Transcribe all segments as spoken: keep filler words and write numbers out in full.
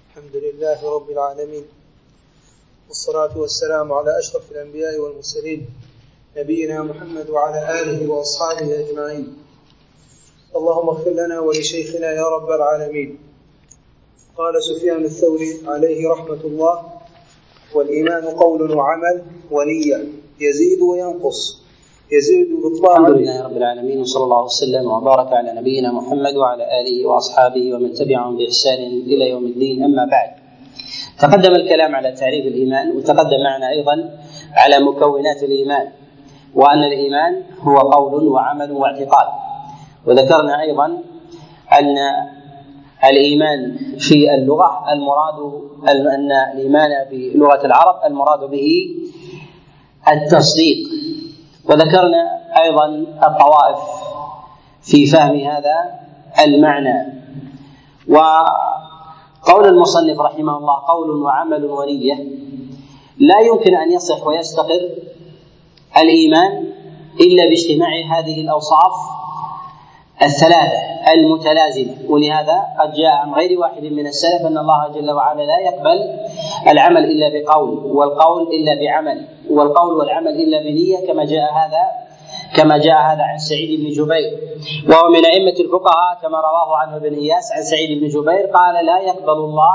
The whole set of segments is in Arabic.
الحمد لله رب العالمين، والصلاة والسلام على أشرف الأنبياء والمرسلين نبينا محمد وعلى آله وأصحابه أجمعين. اللهم اغفر لنا ولشيخنا يا رب العالمين. قال سفيان الثوري عليه رحمة الله: والإيمان قول وعمل ونية، يزيد وينقص، يزيد بالطاعة. الحمد لله رب العالمين، وصلى الله وسلم وبارك على نبينا محمد وعلى آله وأصحابه ومن تبعهم بإحسان إلى يوم الدين. أما بعد، تقدم الكلام على تعريف الإيمان، وتقدم معنا أيضا على مكونات الإيمان، وأن الإيمان هو قول وعمل واعتقاد. وذكرنا أيضا أن الإيمان في اللغة المراد أن الإيمان في لغة العرب المراد به التصديق. وذكرنا أيضا الطوائف في فهم هذا المعنى. وقول المصنف رحمه الله قول وعمل ونية، لا يمكن أن يصح ويستقر الإيمان إلا باجتماع هذه الأوصاف الثلاثة المتلازمة. ولهذا قد جاء عن غير واحد من السلف أن الله جل وعلا لا يقبل العمل إلا بقول، والقول إلا بعمل، والقول والعمل إلا بنية، كما جاء هذا كما جاء هذا عن سعيد بن جبير، وهو من أئمة الفقهاء كما رواه عنه ابن إياس عن سعيد بن جبير قال: لا يقبل الله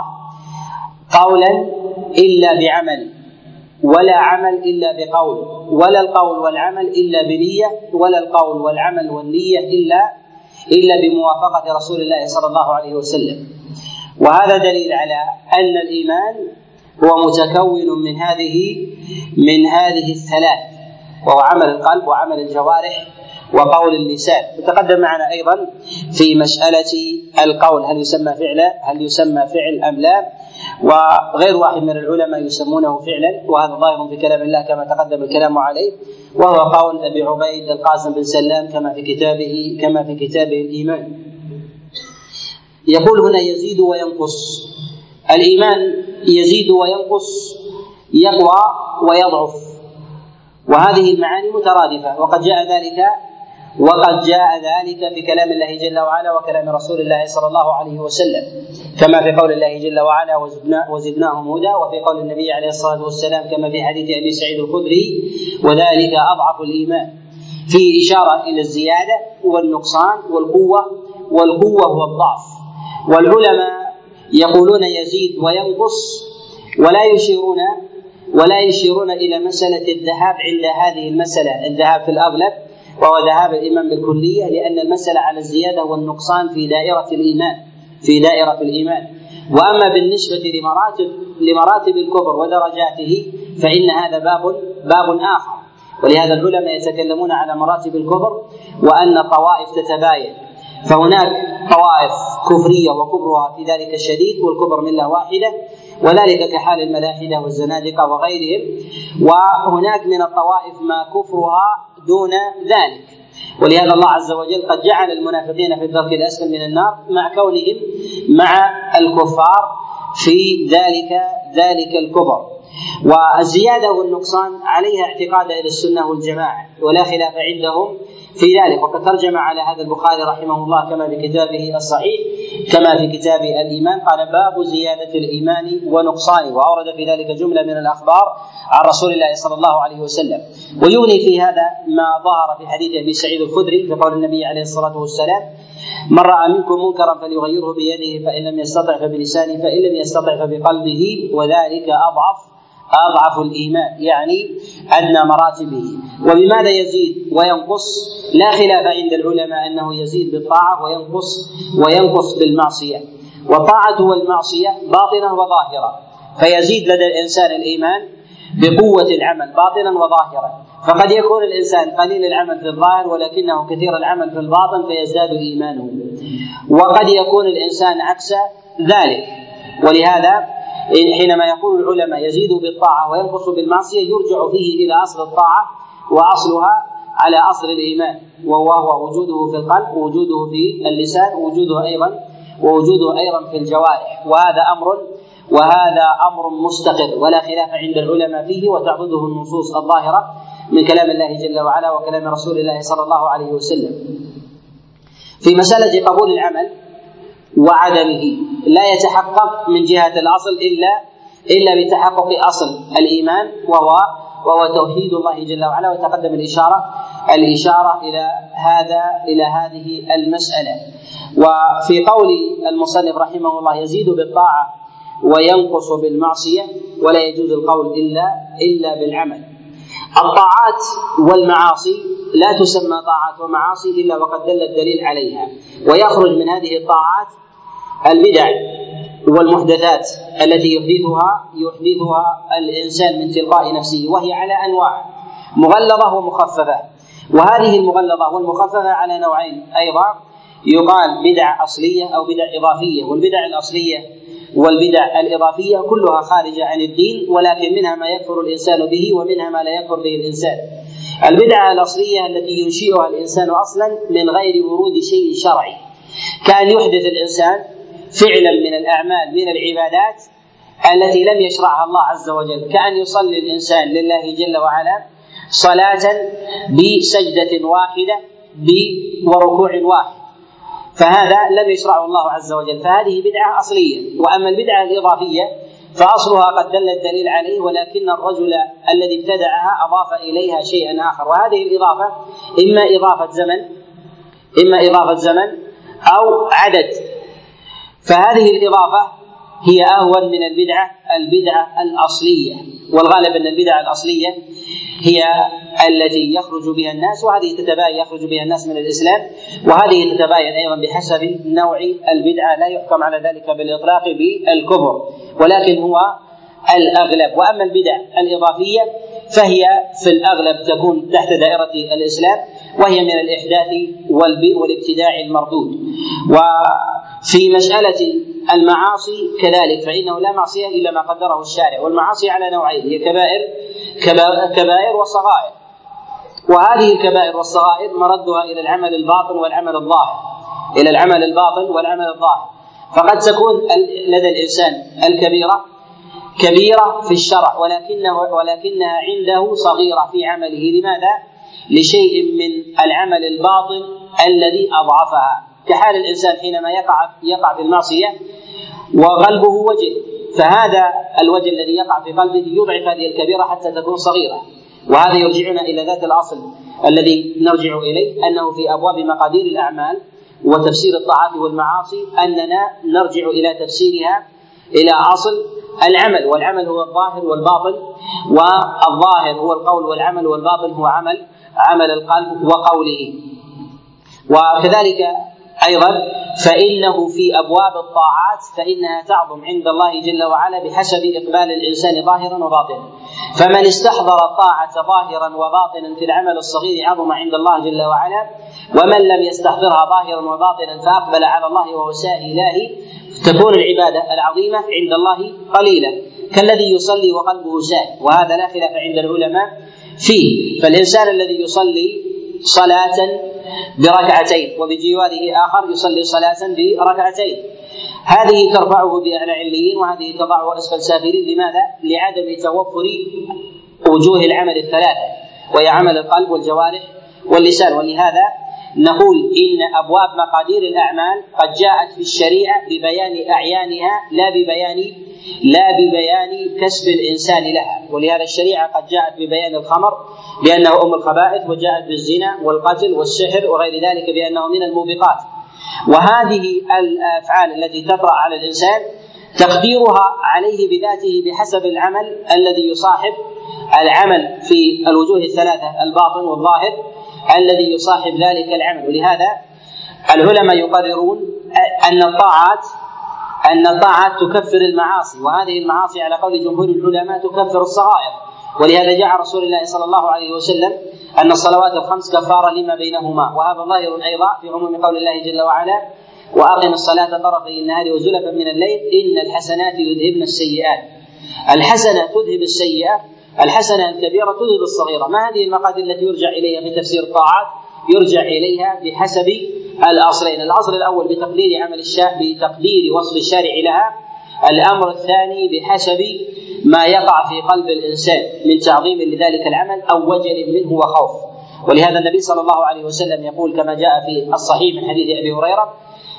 قولا إلا بعمل، ولا عمل إلا بقول، ولا القول والعمل إلا بنية، ولا القول والعمل والنية إلا إلا بموافقة رسول الله صلى الله عليه وسلم. وهذا دليل على أن الإيمان هو متكون من هذه من هذه الثلاث، وهو عمل القلب وعمل الجوارح وقول اللسان. وتقدم معنا أيضا في مسألة القول هل يسمى فعلا هل يسمى فعل أم لا، وغير واحد من العلماء يسمونه فعلا، وهذا ظاهر في كلام الله كما تقدم الكلام عليه، وهو قول أبي عبيد القاسم بن سلام كما في كتابه كما في كتابه الإيمان. يقول هنا: يزيد وينقص. الإيمان يزيد وينقص، يقوى ويضعف، وهذه المعاني مترادفة، وقد جاء ذلك وقد جاء ذلك في كلام الله جل وعلا وكلام رسول الله صلى الله عليه وسلم، كما في قول الله جل وعلا: وزدناهم هدى، وفي قول النبي عليه الصلاة والسلام كما في حديث أبي سعيد الخدري: وذلك أضعف الإيمان. فيه إشارة إلى الزيادة والنقصان والقوة، والقوة هو الضعف. والعلماء يقولون يزيد وينقص، ولا يشيرون ولا يشيرون إلى مسألة الذهاب عند هذه المسألة، الذهاب في الأغلب وهو ذهاب الإيمان بالكلية، لأن المسألة على الزيادة والنقصان في دائرة الإيمان في دائرة الإيمان. وأما بالنسبة لمراتب لمراتب الكفر ودرجاته فإن هذا باب باب آخر. ولهذا العلماء يتكلمون على مراتب الكفر وأن الطوائف تتباين، فهناك طوائف كفرية وكفرها في ذلك الشديد، والكفر ملة واحدة، وذلك كحال الملاحدة والزنادقة وغيرهم. وهناك من الطوائف ما كفرها دون ذلك، ولهذا الله عز وجل قد جعل المنافقين في الدرك الأسفل من النار مع كونهم مع الكفار في ذلك ذلك الكفر. والزيادة والنقصان عليها اعتقاد أهل السنة والجماعة، ولا خلاف عندهم في ذلك. وقد ترجم على هذا البخاري رحمه الله كما في كتابه الصحيح كما في كتاب الإيمان، قال: باب زيادة الإيمان ونقصانه، وأورد في ذلك جملة من الأخبار عن رسول الله صلى الله عليه وسلم. ويغني في هذا ما ظهر في حديث أبي سعيد الخدري في قول النبي عليه الصلاة والسلام: من رأى منكم منكرا فليغيره بيده، فإن لم يستطع فبلسانه، فإن لم يستطع فبقلبه، وذلك أضعف أضعف الإيمان، يعني أدنى مراتبه. وبماذا يزيد وينقص؟ لا خلاف عند العلماء أنه يزيد بالطاعة وينقص وينقص بالمعصية. والطاعة والمعصية باطنة وظاهرة، فيزيد لدى الإنسان الإيمان بقوة العمل باطنا وظاهرا، فقد يكون الإنسان قليل العمل في الظاهر ولكنه كثير العمل في الباطن فيزداد إيمانه، وقد يكون الإنسان عكس ذلك. ولهذا حينما يقول العلماء يزيد بالطاعة وينقص بالمعصية يرجع فيه إلى أصل الطاعة وأصلها على أصل الإيمان، وهو وجوده في القلب ووجوده في اللسان ووجوده أيضا ووجوده أيضا في الجوارح. وهذا أمر وهذا أمر مستقر ولا خلاف عند العلماء فيه، وتعضده النصوص الظاهرة من كلام الله جل وعلا وكلام رسول الله صلى الله عليه وسلم. في مسألة قبول العمل وعدمه لا يتحقق من جهة الأصل إلا إلا بتحقق أصل الإيمان وهو وهو توحيد الله جل وعلا. وتقدم الإشارة الإشارة إلى هذا إلى هذه المسألة. وفي قول المصنف رحمه الله يزيد بالطاعة وينقص بالمعصية ولا يجوز القول إلا إلا بالعمل. الطاعات والمعاصي لا تسمى طاعات ومعاصي إلا وقد دل الدليل عليها، ويخرج من هذه الطاعات البدع والمحدثات التي يحدثها يحدثها الإنسان من تلقاء نفسه، وهي على أنواع مغلظة ومخففة. وهذه المغلظة والمخففة على نوعين أيضا، يقال بدع أصلية أو بدع إضافية. والبدع الأصلية والبدع الإضافية كلها خارجة عن الدين، ولكن منها ما يكفر الإنسان به ومنها ما لا يكفر به الإنسان. البدعة الأصلية التي ينشئها الإنسان أصلا من غير ورود شيء شرعي، كأن يحدث الإنسان فعلا من الأعمال من العبادات التي لم يشرعها الله عز وجل، كأن يصلي الإنسان لله جل وعلا صلاة بسجدة واحدة وركوع واحد، فهذا لم يشرعه الله عز وجل، فهذه بدعة أصلية. وأما البدعة الإضافية فأصلها قد دل الدليل عليه، ولكن الرجل الذي ابتدعها أضاف إليها شيئا آخر. وهذه الإضافة إما إضافة زمن إما إضافة زمن أو عدد، فهذه الإضافة هي أهون من البدعة البدعة الأصلية. والغالب أن البدعة الأصلية هي التي يخرج بها الناس، وهذه تتباين يخرج بها الناس من الإسلام، وهذه تتباين أيضا بحسب نوع البدعة، لا يحكم على ذلك بالإطلاق بالكفر، ولكن هو الأغلب. وأما البدع الإضافية فهي في الأغلب تكون تحت دائرة الإسلام، وهي من الإحداث والابتداع المردود. وفي مسألة المعاصي كذلك، فإنه لا معصية إلا ما قدره الشارع، والمعاصي على نوعين، هي كبائر كبائر وصغائر. وهذه الكبائر والصغائر مردها إلى العمل الباطن والعمل الظاهر إلى العمل الباطن والعمل الظاهر. فقد تكون لدى الإنسان الكبيرة كبيرة في الشرع، ولكنه ولكنها عنده صغيرة في عمله. لماذا؟ لشيء من العمل الباطن الذي أضعفها، كحال الإنسان حينما يقع يقع في المعصية وقلبه وجل، فهذا الوجل الذي يقع في قلبه يضعف هذه الكبيرة حتى تكون صغيرة. وهذا يرجعنا إلى ذات الأصل الذي نرجع إليه، أنه في أبواب مقادير الأعمال وتفسير الطاعات والمعاصي أننا نرجع إلى تفسيرها إلى أصل العمل، والعمل هو الظاهر والباطن، والظاهر هو القول والعمل، والباطن هو عمل عمل القلب وقوله. وكذلك أيضا فإنه في أبواب الطاعات فإنها تعظم عند الله جل وعلا بحسب إقبال الإنسان ظاهرا وباطنا، فمن استحضر الطاعة ظاهرا وباطنا في العمل الصغير عظم عند الله جل وعلا، ومن لم يستحضرها ظاهرا وباطنا فأقبل على الله وهو ساهي لاهي تكون العبادة العظيمة عند الله قليلة، كالذي يصلي وقلبه ساهي، وهذا لا خلاف عند العلماء فيه. فالإنسان الذي يصلي صلاة بركعتين وبجواره آخر يصلي صلاة بركعتين، هذه ترفعه بأعلى عليين وهذه تضعه أسفل سافلين. لماذا؟ لعدم توفر وجوه العمل الثلاثة، وهي عمل القلب والجوارح واللسان. ولهذا نقول إن أبواب مقادير الأعمال قد جاءت في الشريعة ببيان أعيانها لا ببيان لا ببيان كسب الإنسان لها. ولهذا الشريعة قد جاءت ببيان الخمر بأنه أم الخبائث، وجاءت بالزنا والقتل والسحر وغير ذلك بأنه من الموبقات. وهذه الأفعال التي تطرأ على الإنسان تقديرها عليه بذاته بحسب العمل الذي يصاحب العمل في الوجوه الثلاثة الباطن والظاهر الذي يصاحب ذلك العمل. ولهذا العلماء يقررون أن الطاعات أن الطاعات تكفر المعاصي، وهذه المعاصي على قول جمهور العلماء تكفر الصغائر. ولهذا جاء رسول الله صلى الله عليه وسلم أن الصلوات الخمس كفارة لما بينهما، وهذا ظاهر أيضا في عموم قول الله جل وعلا: وأقم الصلاة طرفي النهار وزلفا من الليل إن الحسنات يذهبن السيئات. الحسنة تذهب السيئة، الحسنة الكبيرة تذهب الصغيرة. ما هذه المقادير التي يرجع إليها في تفسير الطاعات؟ يرجع إليها بحسب الأصلين: الأصل الأول بتقدير عمل الشارع بتقدير وصف الشارع لها، الأمر الثاني بحسب ما يقع في قلب الإنسان من تعظيم لذلك العمل أو وجل منه وخوف. ولهذا النبي صلى الله عليه وسلم يقول كما جاء في الصحيح من حديث أبي هريرة: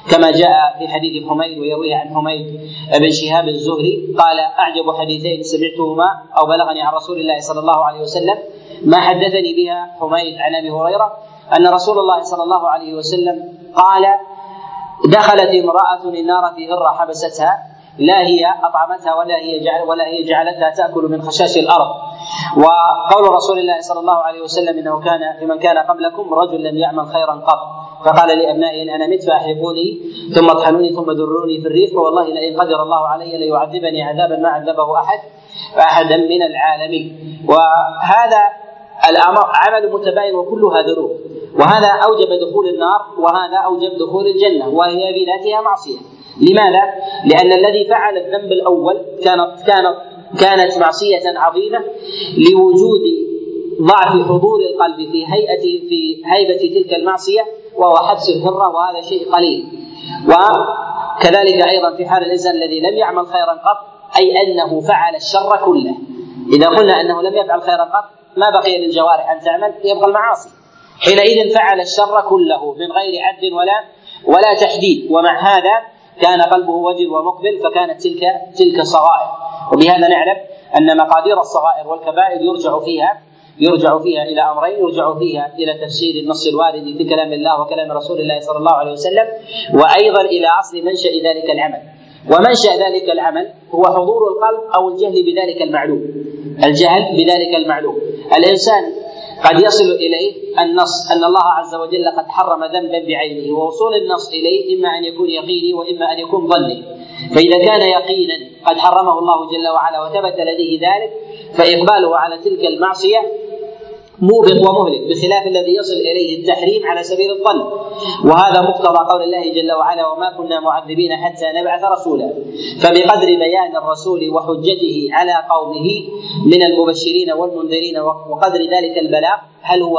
كما جاء في حديث حميد ويرويه عن حميد بن شهاب الزهري قال: أعجب حديثين سمعتهما أو بلغني عن رسول الله صلى الله عليه وسلم ما حدثني بها حميد عن أبي هريرة أن رسول الله صلى الله عليه وسلم قال: دخلت امرأة النار في هرة حبستها، لا هي أطعمتها ولا هي جعل ولا هي جعلتها تأكل من خشاش الأرض. وقول رسول الله صلى الله عليه وسلم إنه كان في من كان قبلكم رجل لم يعمل خيرا قط، فقال لأبنائي إن أنا مت فأحرقوني ثم اطحنوني ثم دروني في الريح، والله لئن قدر الله علي ليعذبني عذابا ما عذبه أحد أحدا من العالمين. وهذا الأمر عمل متباين وكلها ذنوب، وهذا أوجب دخول النار وهذا أوجب دخول الجنة، وهي بذاتها معصية. لماذا؟ لأن الذي فعل الذنب الأول كانت كانت كانت معصية عظيمة لوجود ضعف حضور القلب في هيئة في هيبة تلك المعصية، وهو حبس الهرة، وهذا شيء قليل. وكذلك أيضا في حال الإنسان الذي لم يعمل خيرا قط، أي أنه فعل الشر كله. إذا قلنا أنه لم يفعل خيرا قط ما بقي للجوارح أن تعمل، يبقى المعاصي. حينئذ فعل الشر كله من غير عد ولا ولا تحديد، ومع هذا كان قلبه وجل ومقبل، فكانت تلك تلك صغائر. وبهذا نعلم أن مقادير الصغائر والكبائر يرجع فيها يرجع فيها إلى أمرين: يرجع فيها إلى تفسير النص الوارد في كلام الله وكلام رسول الله صلى الله عليه وسلم، وأيضا إلى أصل منشأ ذلك العمل. ومنشأ ذلك العمل هو حضور القلب أو الجهل بذلك المعلوم. الجهل بذلك المعلوم. الإنسان قد يصل إليه النص أن الله عز وجل قد حرم ذنبا بعينه، ووصول النص إليه إما أن يكون يقيني وإما أن يكون ظني. فإذا كان يقينا قد حرمه الله جل وعلا وثبت لديه ذلك، فإقباله على تلك المعصية موبق ومهلك، بخلاف الذي يصل إليه التحريم على سبيل الظن. وهذا مقتضى قول الله جل وعلا: وما كنا معذبين حتى نبعث رسولا. فبقدر بيان الرسول وحجته على قومه من المبشرين والمنذرين وقدر ذلك البلاغ، هل هو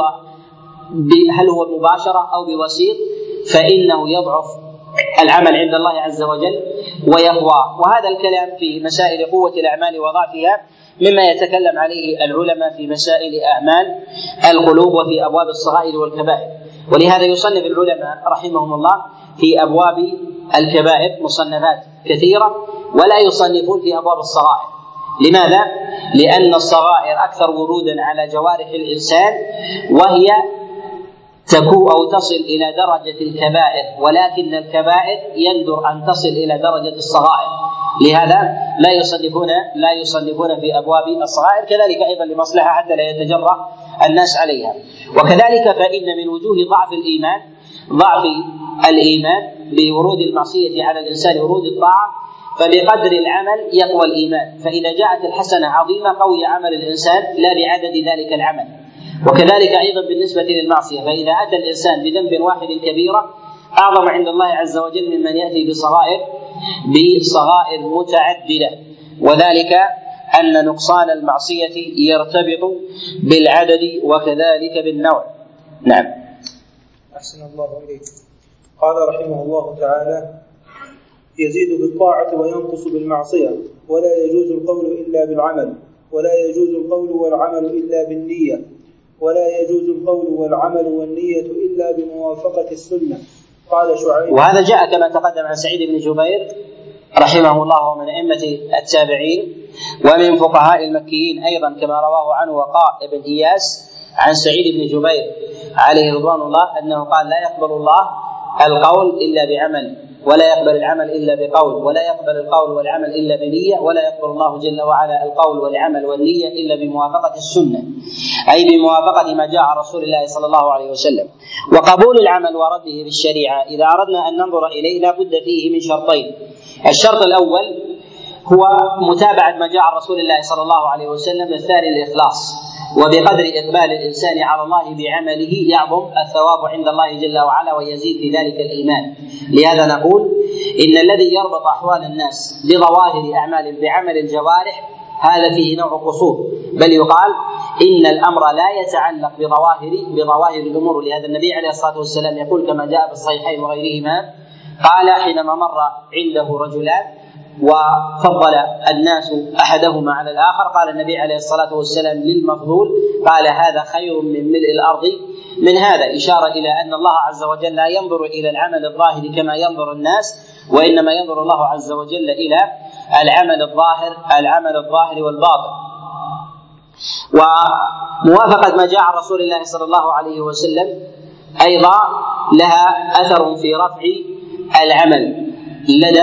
هل هو مباشرة أو بوسيط، فإنه يضعف العمل عند الله عز وجل ويقوى. وهذا الكلام في مسائل قوة الأعمال وضعفها مما يتكلم عليه العلماء في مسائل أعمال القلوب وفي أبواب الصغائر والكبائر. ولهذا يصنف العلماء رحمهم الله في أبواب الكبائر مصنفات كثيرة، ولا يصنفون في أبواب الصغائر. لماذا؟ لأن الصغائر أكثر ورودا على جوارح الإنسان، وهي تكون أو تصل إلى درجة الكبائر، ولكن الكبائر يندر أن تصل إلى درجة الصغائر. لهذا لا يصنفون لا يصنفون في أبواب الصغائر، كذلك أيضا لمصلحة حتى لا يتجرأ الناس عليها. وكذلك فإن من وجوه ضعف الإيمان ضعف الإيمان بورود المعصية على الإنسان ورود الطاعة، فبقدر العمل يقوى الإيمان. فإذا جاءت الحسنة عظيمة قوي عمل الإنسان لا بعدد ذلك العمل. وكذلك أيضا بالنسبة للمعصية، فإذا أتى الإنسان بذنب واحد كبيرة أعظم عند الله عز وجل ممن يأتي بصغائر بصغائر متعددة، وذلك أن نقصان المعصية يرتبط بالعدد وكذلك بالنوع. نعم. أحسن الله إليك. قال رحمه الله تعالى: يزيد بالطاعة وينقص بالمعصية، ولا يجوز القول إلا بالعمل، ولا يجوز القول والعمل إلا بالنية، ولا يجوز القول والعمل والنية إلا بموافقة السنة. قال شعيب. وهذا جاء كما تقدم عن سعيد بن جبير رحمه الله ومن أئمة التابعين ومن فقهاء المكيين أيضا، كما رواه عنه وقاء بن إياس عن سعيد بن جبير عليه رضوان الله أنه قال: لا يقبل الله القول إلا بعمل، ولا يقبل العمل إلا بقول، ولا يقبل القول والعمل إلا بنية، ولا يقبل الله جل وعلا القول والعمل والنية إلا بموافقة السنة، أي بموافقة ما جاء عن رسول الله صلى الله عليه وسلم. وقبول العمل ورده بالشريعة إذا أردنا أن ننظر إليه لا بد فيه من شرطين. الشرط الأول هو متابعة ما جاء عن رسول الله صلى الله عليه وسلم، الثاني الإخلاص. وبقدر إقبال الإنسان على الله بعمله يعظم الثواب عند الله جل وعلا ويزيد في ذلك الإيمان. لهذا نقول إن الذي يربط أحوال الناس بظواهر أعمال بعمل الجوارح هذا فيه نوع قصور، بل يقال إن الأمر لا يتعلق بظواهر بظواهر الأمور. لهذا النبي عليه الصلاة والسلام يقول كما جاء في الصحيحين وغيرهما، قال حينما مر عنده رجلان وفضل الناس أحدهما على الآخر، قال النبي عليه الصلاة والسلام للمفضول، قال: هذا خير من ملء الأرض من هذا إشارة إلى أن الله عز وجل لا ينظر إلى العمل الظاهر كما ينظر الناس، وإنما ينظر الله عز وجل إلى العمل الظاهر العمل الظاهر والباطن. وموافقة ما جاء عن رسول الله صلى الله عليه وسلم أيضا لها أثر في رفع العمل لدى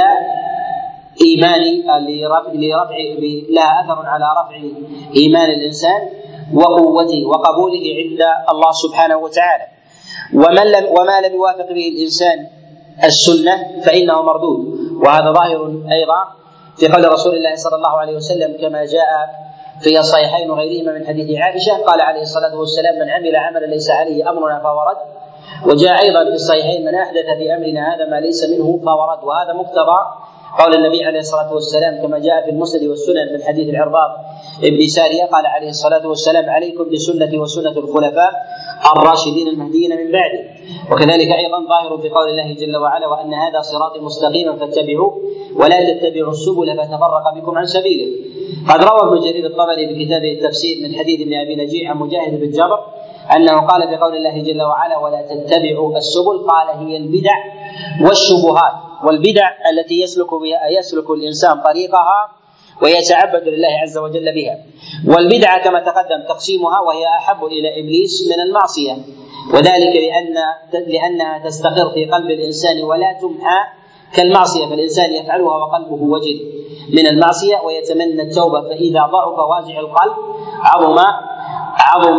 إيمان لرفع, لرفع لها أثر على رفع إيمان الإنسان وقوته وقبوله عند الله سبحانه وتعالى. ومن لم وما لم يوافق به الإنسان السنة فإنه مردود، وهذا ظاهر أيضا في قول رسول الله صلى الله عليه وسلم كما جاء في الصحيحين وغيرهما من حديث عائشة قال عليه الصلاة والسلام: من عمل عملا ليس عليه أمرنا فهو رد. وجاء أيضا في الصحيحين: من أحدث في أمرنا هذا ما ليس منه فهو رد. وهذا مقتضى قول النبي عليه الصلاة والسلام كما جاء في المسند والسنن من حديث العرباض ابن سارية قال عليه الصلاة والسلام: عليكم بسنتي وسنة الخلفاء الراشدين المهديين من بعدي. وكذلك أيضا ظاهر في قول الله جل وعلا: وأن هذا صراطي مستقيما فاتبعوه ولا تتبعوا السبل فتفرق بكم عن سبيله. قد روى ابن جرير الطبري بكتابه التفسير من حديث ابن أبي نجيح عن مجاهد بن جبر أنه قال في قول الله جل وعلا: ولا تتبعوا السبل، قال: هي البدع والشبهات. والبدع التي يسلك بها يسلك الإنسان طريقها ويتعبد لله عز وجل بها. والبدعة كما تقدم تقسيمها وهي أحب إلى إبليس من المعصية، وذلك لأن لأنها تستقر في قلب الإنسان ولا تمحى كالمعصية، فالإنسان يفعلها وقلبه وجل من المعصية ويتمنى التوبة، فإذا ضعف وازع القلب عظم عظم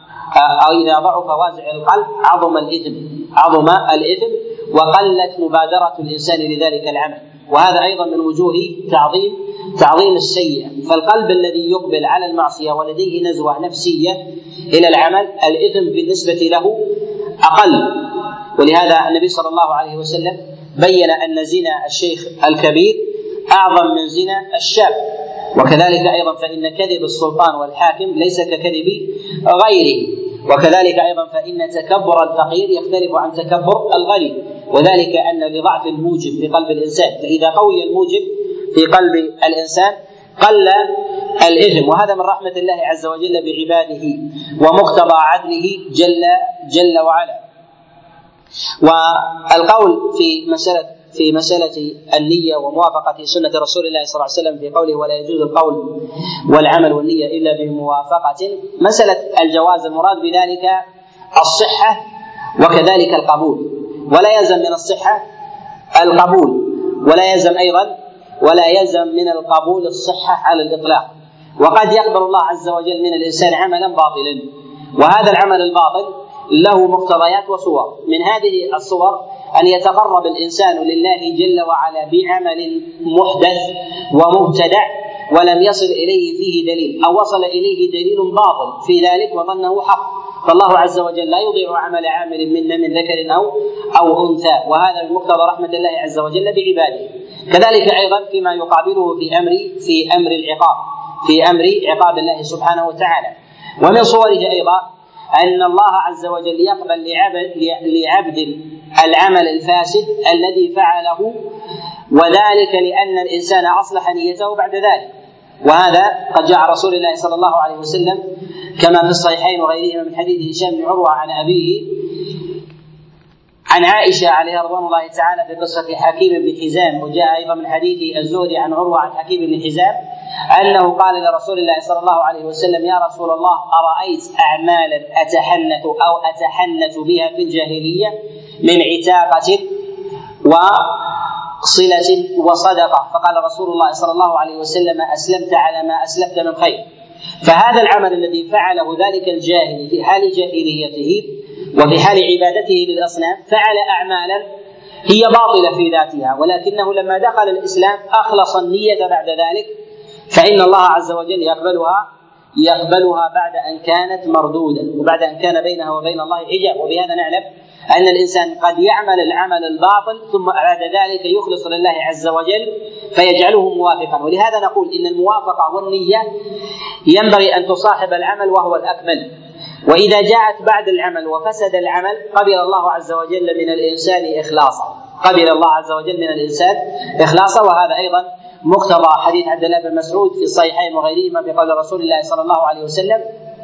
أو إذا ضعف وازع القلب عظم الإثم عظم الإثم وقلت مبادرة الإنسان لذلك العمل. وهذا أيضا من وجوه تعظيم تعظيم السيئة. فالقلب الذي يقبل على المعصية ولديه نزوة نفسية إلى العمل الإثم بالنسبة له أقل. ولهذا النبي صلى الله عليه وسلم بين أن زنا الشيخ الكبير أعظم من زنا الشاب. وكذلك أيضا فإن كذب السلطان والحاكم ليس ككذب غيره. وكذلك أيضا فإن تكبر الفقير يختلف عن تكبر الغني، وذلك أن لضعف الموجب في قلب الإنسان، فإذا قوي الموجب في قلب الإنسان قل الإثم. وهذا من رحمة الله عز وجل بعباده ومقتضى عدله جل جل وعلا. والقول في مسألة في مسألة النية وموافقة سنة رسول الله صلى الله عليه وسلم في قوله: ولا يجوز القول والعمل والنية إلا بموافقة، مسألة الجواز المراد بذلك الصحة وكذلك القبول، ولا يلزم من الصحة القبول، ولا يلزم أيضا ولا يلزم من القبول الصحة على الإطلاق. وقد يقبل الله عز وجل من الإنسان عملا باطلا، وهذا العمل الباطل له مقتضيات وصور. من هذه الصور أن يتقرب الإنسان لله جل وعلا بعمل محدث ومبتدع ولم يصل إليه فيه دليل، أو وصل إليه دليل باطل في ذلك وظنه حق، فالله عز وجل لا يضيع عمل عامل منا من ذكر أو أو أنثى، وهذا من مقتضى رحمة الله عز وجل بعباده. كذلك أيضا فيما يقابله في أمر في أمر العقاب في أمر عقاب الله سبحانه وتعالى. ومن صوره أيضا أن الله عز وجل يقبل لعبد, لعبد العمل الفاسد الذي فعله، وذلك لأن الإنسان أصلح نيته بعد ذلك. وهذا قد جاء عن رسول الله صلى الله عليه وسلم كما في الصحيحين وغيرهما من حديث هشام بن عروة عن أبيه عن عائشة عليها رضوان الله تعالى في قصة حكيم بن حزام. وجاء أيضا من حديث الزهري عن عروة عن حكيم بن حزام أنه قال لرسول الله صلى الله عليه وسلم: يا رسول الله، أرأيت أعمالا أتحنث أو أتحنث بها في الجاهلية من عتاقة وصلة وصدقة؟ فقال رسول الله صلى الله عليه وسلم: أسلمت على ما أسلفت من خير. فهذا العمل الذي فعله ذلك الجاهل في حال جاهليته وفي حال عبادته للأصنام فعل أعمالا هي باطلة في ذاتها، ولكنه لما دخل الإسلام أخلص النية بعد ذلك، فإن الله عز وجل يقبلها يقبلها بعد أن كانت مردودة وبعد أن كان بينها وبين الله حجاب. وبهذا نعلم أن الإنسان قد يعمل العمل الباطل ثم بعد ذلك يخلص لله عز وجل فيجعله موافقا. ولهذا نقول إن الموافقة والنية ينبغي أن تصاحب العمل وهو الأكمل. وإذا جاءت بعد العمل وفسد العمل قبل الله عز وجل من الإنسان إخلاصا قبل الله عز وجل من الإنسان إخلاصا وهذا أيضا مقتضى حديث عبد الله بن مسعود في الصحيحين وغيرهما في قول رسول الله صلى الله عليه وسلم: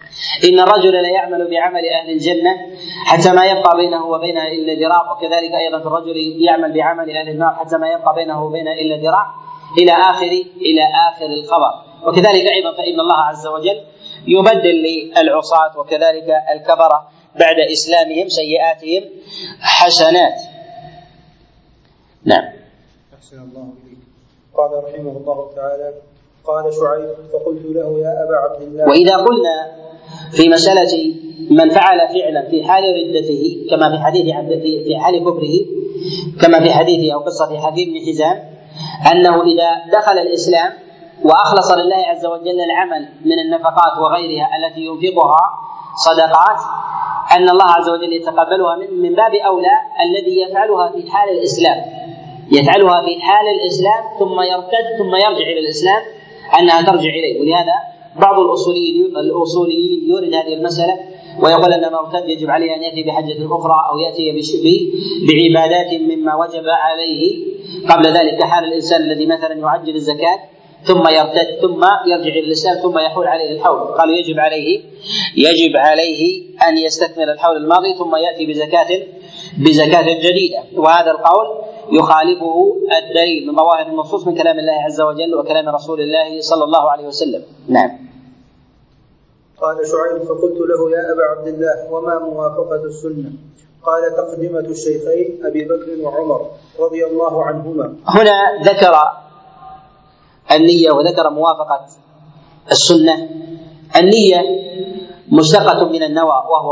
إن الرجل لا يعمل بعمل أهل الجنة حتى ما يبقى بينه وبينها إلا ذراع، وكذلك أيضا في الرجل يعمل بعمل أهل النار حتى ما يبقى بينه وبينها إلا ذراع، إلى آخر إلى آخر الخبر. وكذلك أيضا فإن الله عز وجل يبدل للعصاة وكذلك الكفرة بعد إسلامهم سيئاتهم حسنات. نعم. أحسن الله إليك. قال رحمه الله تعالى: قال شعيب: فقلت له يا أبا عبد الله. وإذا قلنا في مسألة من فعل فعلا في حال ردته كما في حديث في حال كفره كما في حديث أو قصة حكيم بن حزام، أنه إذا دخل الإسلام وأخلص لله عز وجل العمل من النفقات وغيرها التي ينفقها صدقات، أن الله عز وجل يتقبلها من, من باب أولى الذي يفعلها في حال الإسلام يفعلها في حال الإسلام ثم يرتد ثم يرجع إلى الإسلام أنها ترجع إليه. ولهذا بعض الأصوليين الأصوليين يورد هذه المسألة ويقول أن المرتد يجب عليه أن يأتي بحجة أخرى أو يأتي بعبادات مما وجب عليه قبل ذلك، كحال الإنسان الذي مثلا يعجل الزكاة ثم يرتد ثم يرجع إلى الإسلام ثم يحول عليه الحول، قالوا يجب عليه يجب عليه أن يستكمل الحول الماضي ثم يأتي بزكاة بزكاة جديدة. وهذا القول يخالفه الدليل من ظواهر النصوص من كلام الله عز وجل وكلام رسول الله صلى الله عليه وسلم. نعم. قال شعيب: فقلت له يا أبا عبد الله وما موافقة السنة؟ قال: تقدمة الشيخين أبي بكر وعمر رضي الله عنهما. هنا ذكر النية وذكر موافقة السنة. النية مشتقة من النوى وهو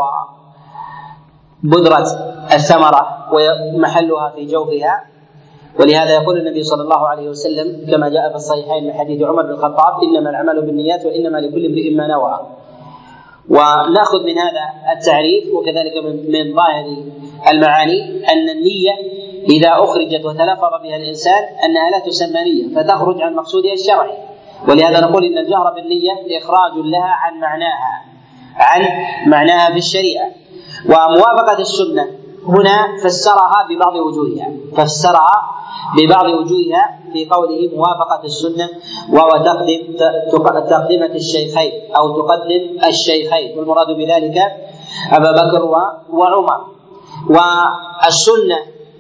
بذرة الثمرة ومحلها في جوفها، ولهذا يقول النبي صلى الله عليه وسلم كما جاء في الصحيحين من حديث عمر بن الخطاب: إنما العمل بالنيات وإنما لكل امرئ ما نوى. ونأخذ من هذا التعريف وكذلك من ظاهر المعاني أن النية إذا أخرجت وتلفظ بها الإنسان أنها لا تسمى نية فتخرج عن مقصودها الشرعي، ولهذا نقول إن الجهر بالنية إخراج لها عن معناها عن معناها في الشريعة. وموافقة السنة هنا فسرها ببعض وجوهها فسرها ببعض وجوهها في قوله موافقة السنة، وهو تقدم تقدمة الشيخين أو تقدم الشيخين، والمراد بذلك أبا بكر وعمر. والسنة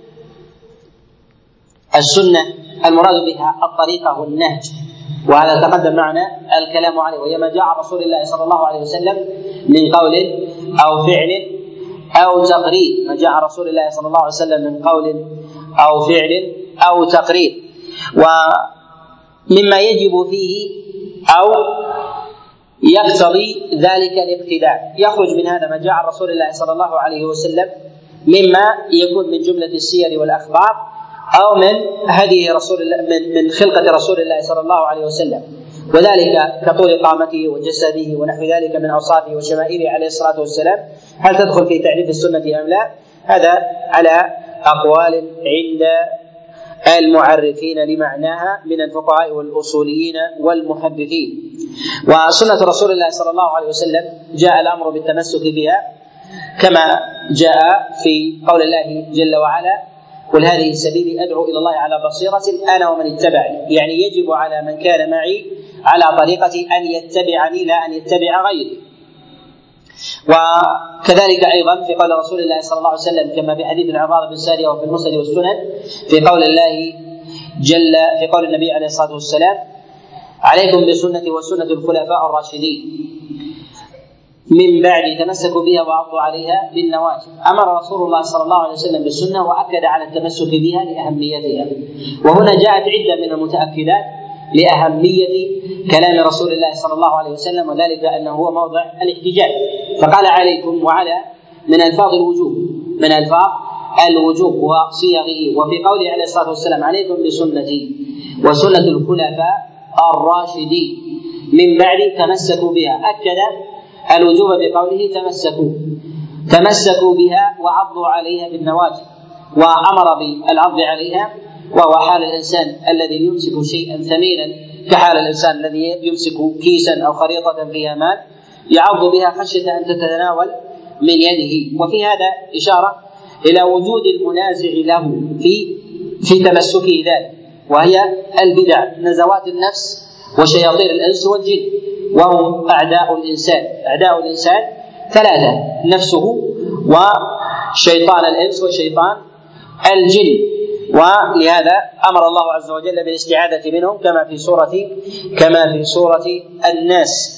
السنة المراد بها الطريقة والنهج، وهذا تقدم معنا الكلام عليه، وهي ما جاء رسول الله صلى الله عليه وسلم من قول أو فعل أو تقرير، ما جاء رسول الله صلى الله عليه وسلم من قول أو فعل أو تقرير. ومما يجب فيه أو يقتضي ذلك الاقتداء يخرج من هذا ما جاء رسول الله صلى الله عليه وسلم مما يكون من جملة السير والأخبار أو من هدي رسول الله من من خلقة رسول الله صلى الله عليه وسلم، وذلك كطول قامته وجسده ونحو ذلك من أوصافه وشمائله عليه الصلاة والسلام. هل تدخل في تعريف السنة أم لا؟ هذا على أقوال عند المعرفين لمعناها من الفقهاء والأصوليين والمحدثين. وسنة رسول الله صلى الله عليه وسلم جاء الأمر بالتمسك بها كما جاء في قول الله جل وعلا: قل هذه سبيلي أدعو إلى الله على بصيرة أنا ومن اتبعني، يعني يجب على من كان معي على طريقتي أن يتبعني لا أن يتبع غيري. وكذلك أيضا في قول رسول الله صلى الله عليه وسلم كما في حديث العرباض بن سارية وفي المسند والسنن في قول الله جل في قول النبي عليه الصلاة والسلام: عليكم بسنتي وسنة الخلفاء الراشدين من بعد تمسكوا بها وعضوا عليها بالنواجذ. أمر رسول الله صلى الله عليه وسلم بالسنة وأكد على التمسك بها لأهميتها، وهنا جاءت عدة من المتأكدات لأهمية كلام رسول الله صلى الله عليه وسلم، وذلك أنه هو موضع الاحتجاج، فقال عليكم وعلى من ألفاظ الوجوب من ألفاظ الوجوب وصيغه. وفي قوله عليه الصلاة والسلام: عليكم بسنتي وسنة الخلفاء الراشدين من بعد تمسكوا بها، أكد الوجوب بقوله تمسكوا تمسكوا بها وعضوا عليها بالنواجذ، وأمر بالعض عليها، وهو حال الإنسان الذي يمسك شيئا ثمينا كحال الإنسان الذي يمسك كيسا أو خريطة فيها مال يعض بها خشية أن تتناول من يده. وفي هذا إشارة إلى وجود المنازع له في في تمسكه ذلك، وهي البدع، نزوات النفس وشياطين الإنس والجن، وهم أعداء الإنسان. أعداء الإنسان ثلاثة: نفسه وشيطان الإنس وشيطان الجن، ولهذا أمر الله عز وجل بالاستعاذة منهم كما في سورة كما في سورة الناس.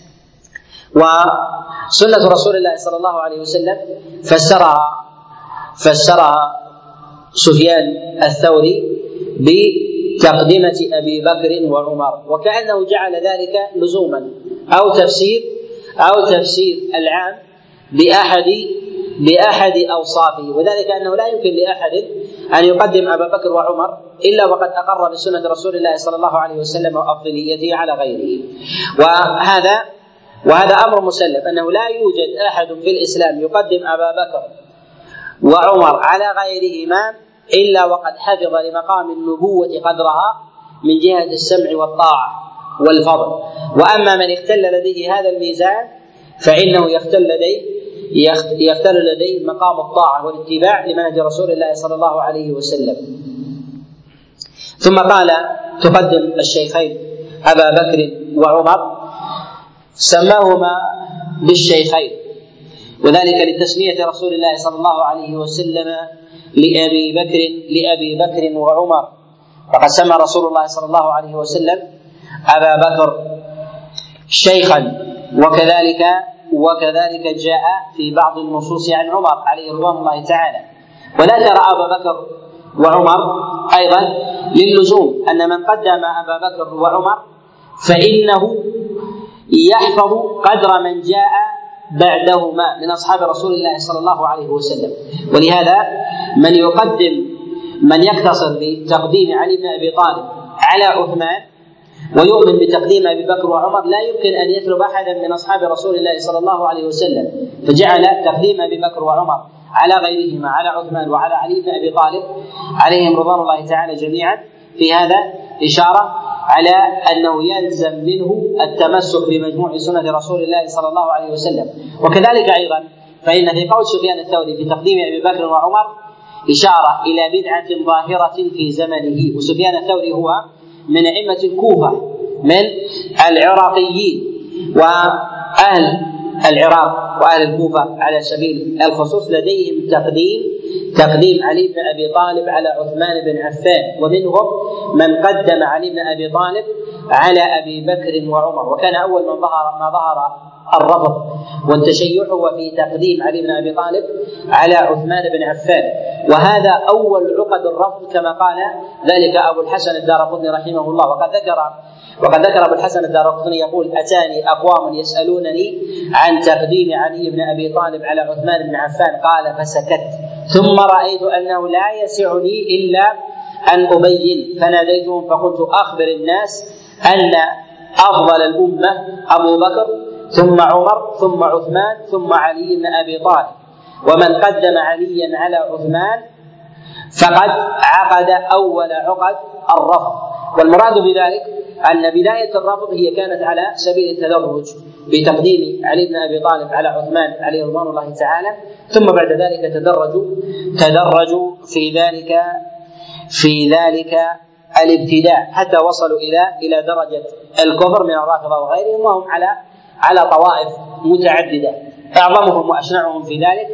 وسنة رسول الله صلى الله عليه وسلم فسرها فسرها سفيان الثوري بتقدمة أبي بكر وعمر، وكأنه جعل ذلك لزوما أو تفسير أو تفسير العام بأحد بأحد أوصافه، وذلك أنه لا يمكن لأحد أن يقدم أبا بكر وعمر إلا وقد أقر بسنة رسول الله صلى الله عليه وسلم وأفضليته على غيره. وهذا وهذا أمر مسلم، أنه لا يوجد أحد في الإسلام يقدم أبا بكر وعمر على غيرهما إلا وقد حفظ لمقام النبوة قدرها من جهة السمع والطاعة والفضل. وأما من اختل لديه هذا الميزان فإنه يختل لديه يختل لديه مقام الطاعة والاتباع لمنهج رسول الله صلى الله عليه وسلم. ثم قال: تقدم الشيخين أبا بكر وعمر، سماهما بالشيخين، وذلك لتسمية رسول الله صلى الله عليه وسلم لأبي بكر لأبي بكر وعمر، فقد سمى رسول الله صلى الله عليه وسلم أبا بكر شيخا، وكذلك وكذلك جاء في بعض النصوص عن عمر عليه رضوان الله تعالى. ولا ترى أبا بكر وعمر أيضا للزوم أن من قدم أبا بكر وعمر فإنه يحفظ قدر من جاء بعدهما من أصحاب رسول الله صلى الله عليه وسلم. ولهذا من يقدم من يقتصر بتقديم علي بن أبي طالب على عثمان ويؤمن بتقديم أبي بكر وعمر لا يمكن أن يطلب أحدا من أصحاب رسول الله صلى الله عليه وسلم، فجعل تقديم أبي بكر وعمر على غيرهما على عثمان وعلى علي بن أبي طالب عليهم رضوان الله تعالى جميعا في هذا إشارة على أنه يلزم منه التمسك بمجموع سنة رسول الله صلى الله عليه وسلم. وكذلك أيضا فإن في قول سفيان الثوري في تقديم أبي بكر وعمر إشارة إلى بدعة ظاهرة في زمنه، وسفيان الثوري هو من أئمة الكوفة من العراقيين، وأهل العراق وأهل الكوفة على سبيل الخصوص لديهم تقديم تقديم علي بن أبي طالب على عثمان بن عفان، ومنهم من قدم علي بن أبي طالب على أبي بكر وعمر. وكان أول من ظهر ما ظهر الرفض والتشيع هو في تقديم علي بن أبي طالب على عثمان بن عفان، وهذا أول عقد الرفض كما قال ذلك أبو الحسن الدارقطني رحمه الله. وقد ذكر وقد ذكر أبو الحسن الدارقطني يقول: أتاني أقوام يسألونني عن تقديم علي بن أبي طالب على عثمان بن عفان، قال فسكت، ثم رأيت أنه لا يسعني إلا أن أبين، فناديتهم فقلت: أخبر الناس أن أفضل الأمة أبو بكر ثم عمر ثم عثمان ثم علي بن أبي طالب، ومن قدم عليا على عثمان فقد عقد أول عقد الرفض. والمراد بذلك أن بداية الرفض هي كانت على سبيل التدرج بتقديم علي بن أبي طالب على عثمان عليه رضوان الله تعالى، ثم بعد ذلك تدرجوا تدرجوا في ذلك في ذلك الابتداع حتى وصلوا إلى إلى درجة الكفر من الرافضة وغيرهم، وهم على على طوائف متعددة. أعظمهم وأشنعهم في ذلك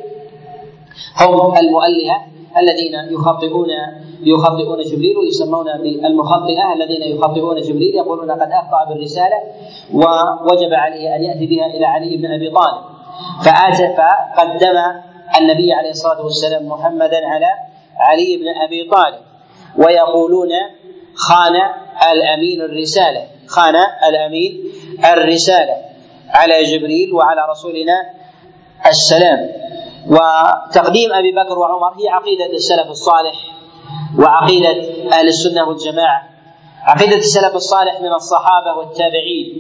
هم المؤلهة الذين يخطئون يخطئون جبريل، ويسمون بالمخطئة الذين يخطئون جبريل، يقولون قد أخطأ بالرسالة ووجب عليه أن يأتي بها إلى علي بن أبي طالب، فآتى فقدم النبي عليه الصلاة والسلام محمدا على علي بن أبي طالب، ويقولون خان الأمين الرسالة خان الأمين الرسالة على جبريل وعلى رسولنا السلام. وتقديم أبي بكر وعمر هي عقيدة السلف الصالح وعقيدة أهل السنة والجماعة. عقيدة السلف الصالح من الصحابة والتابعين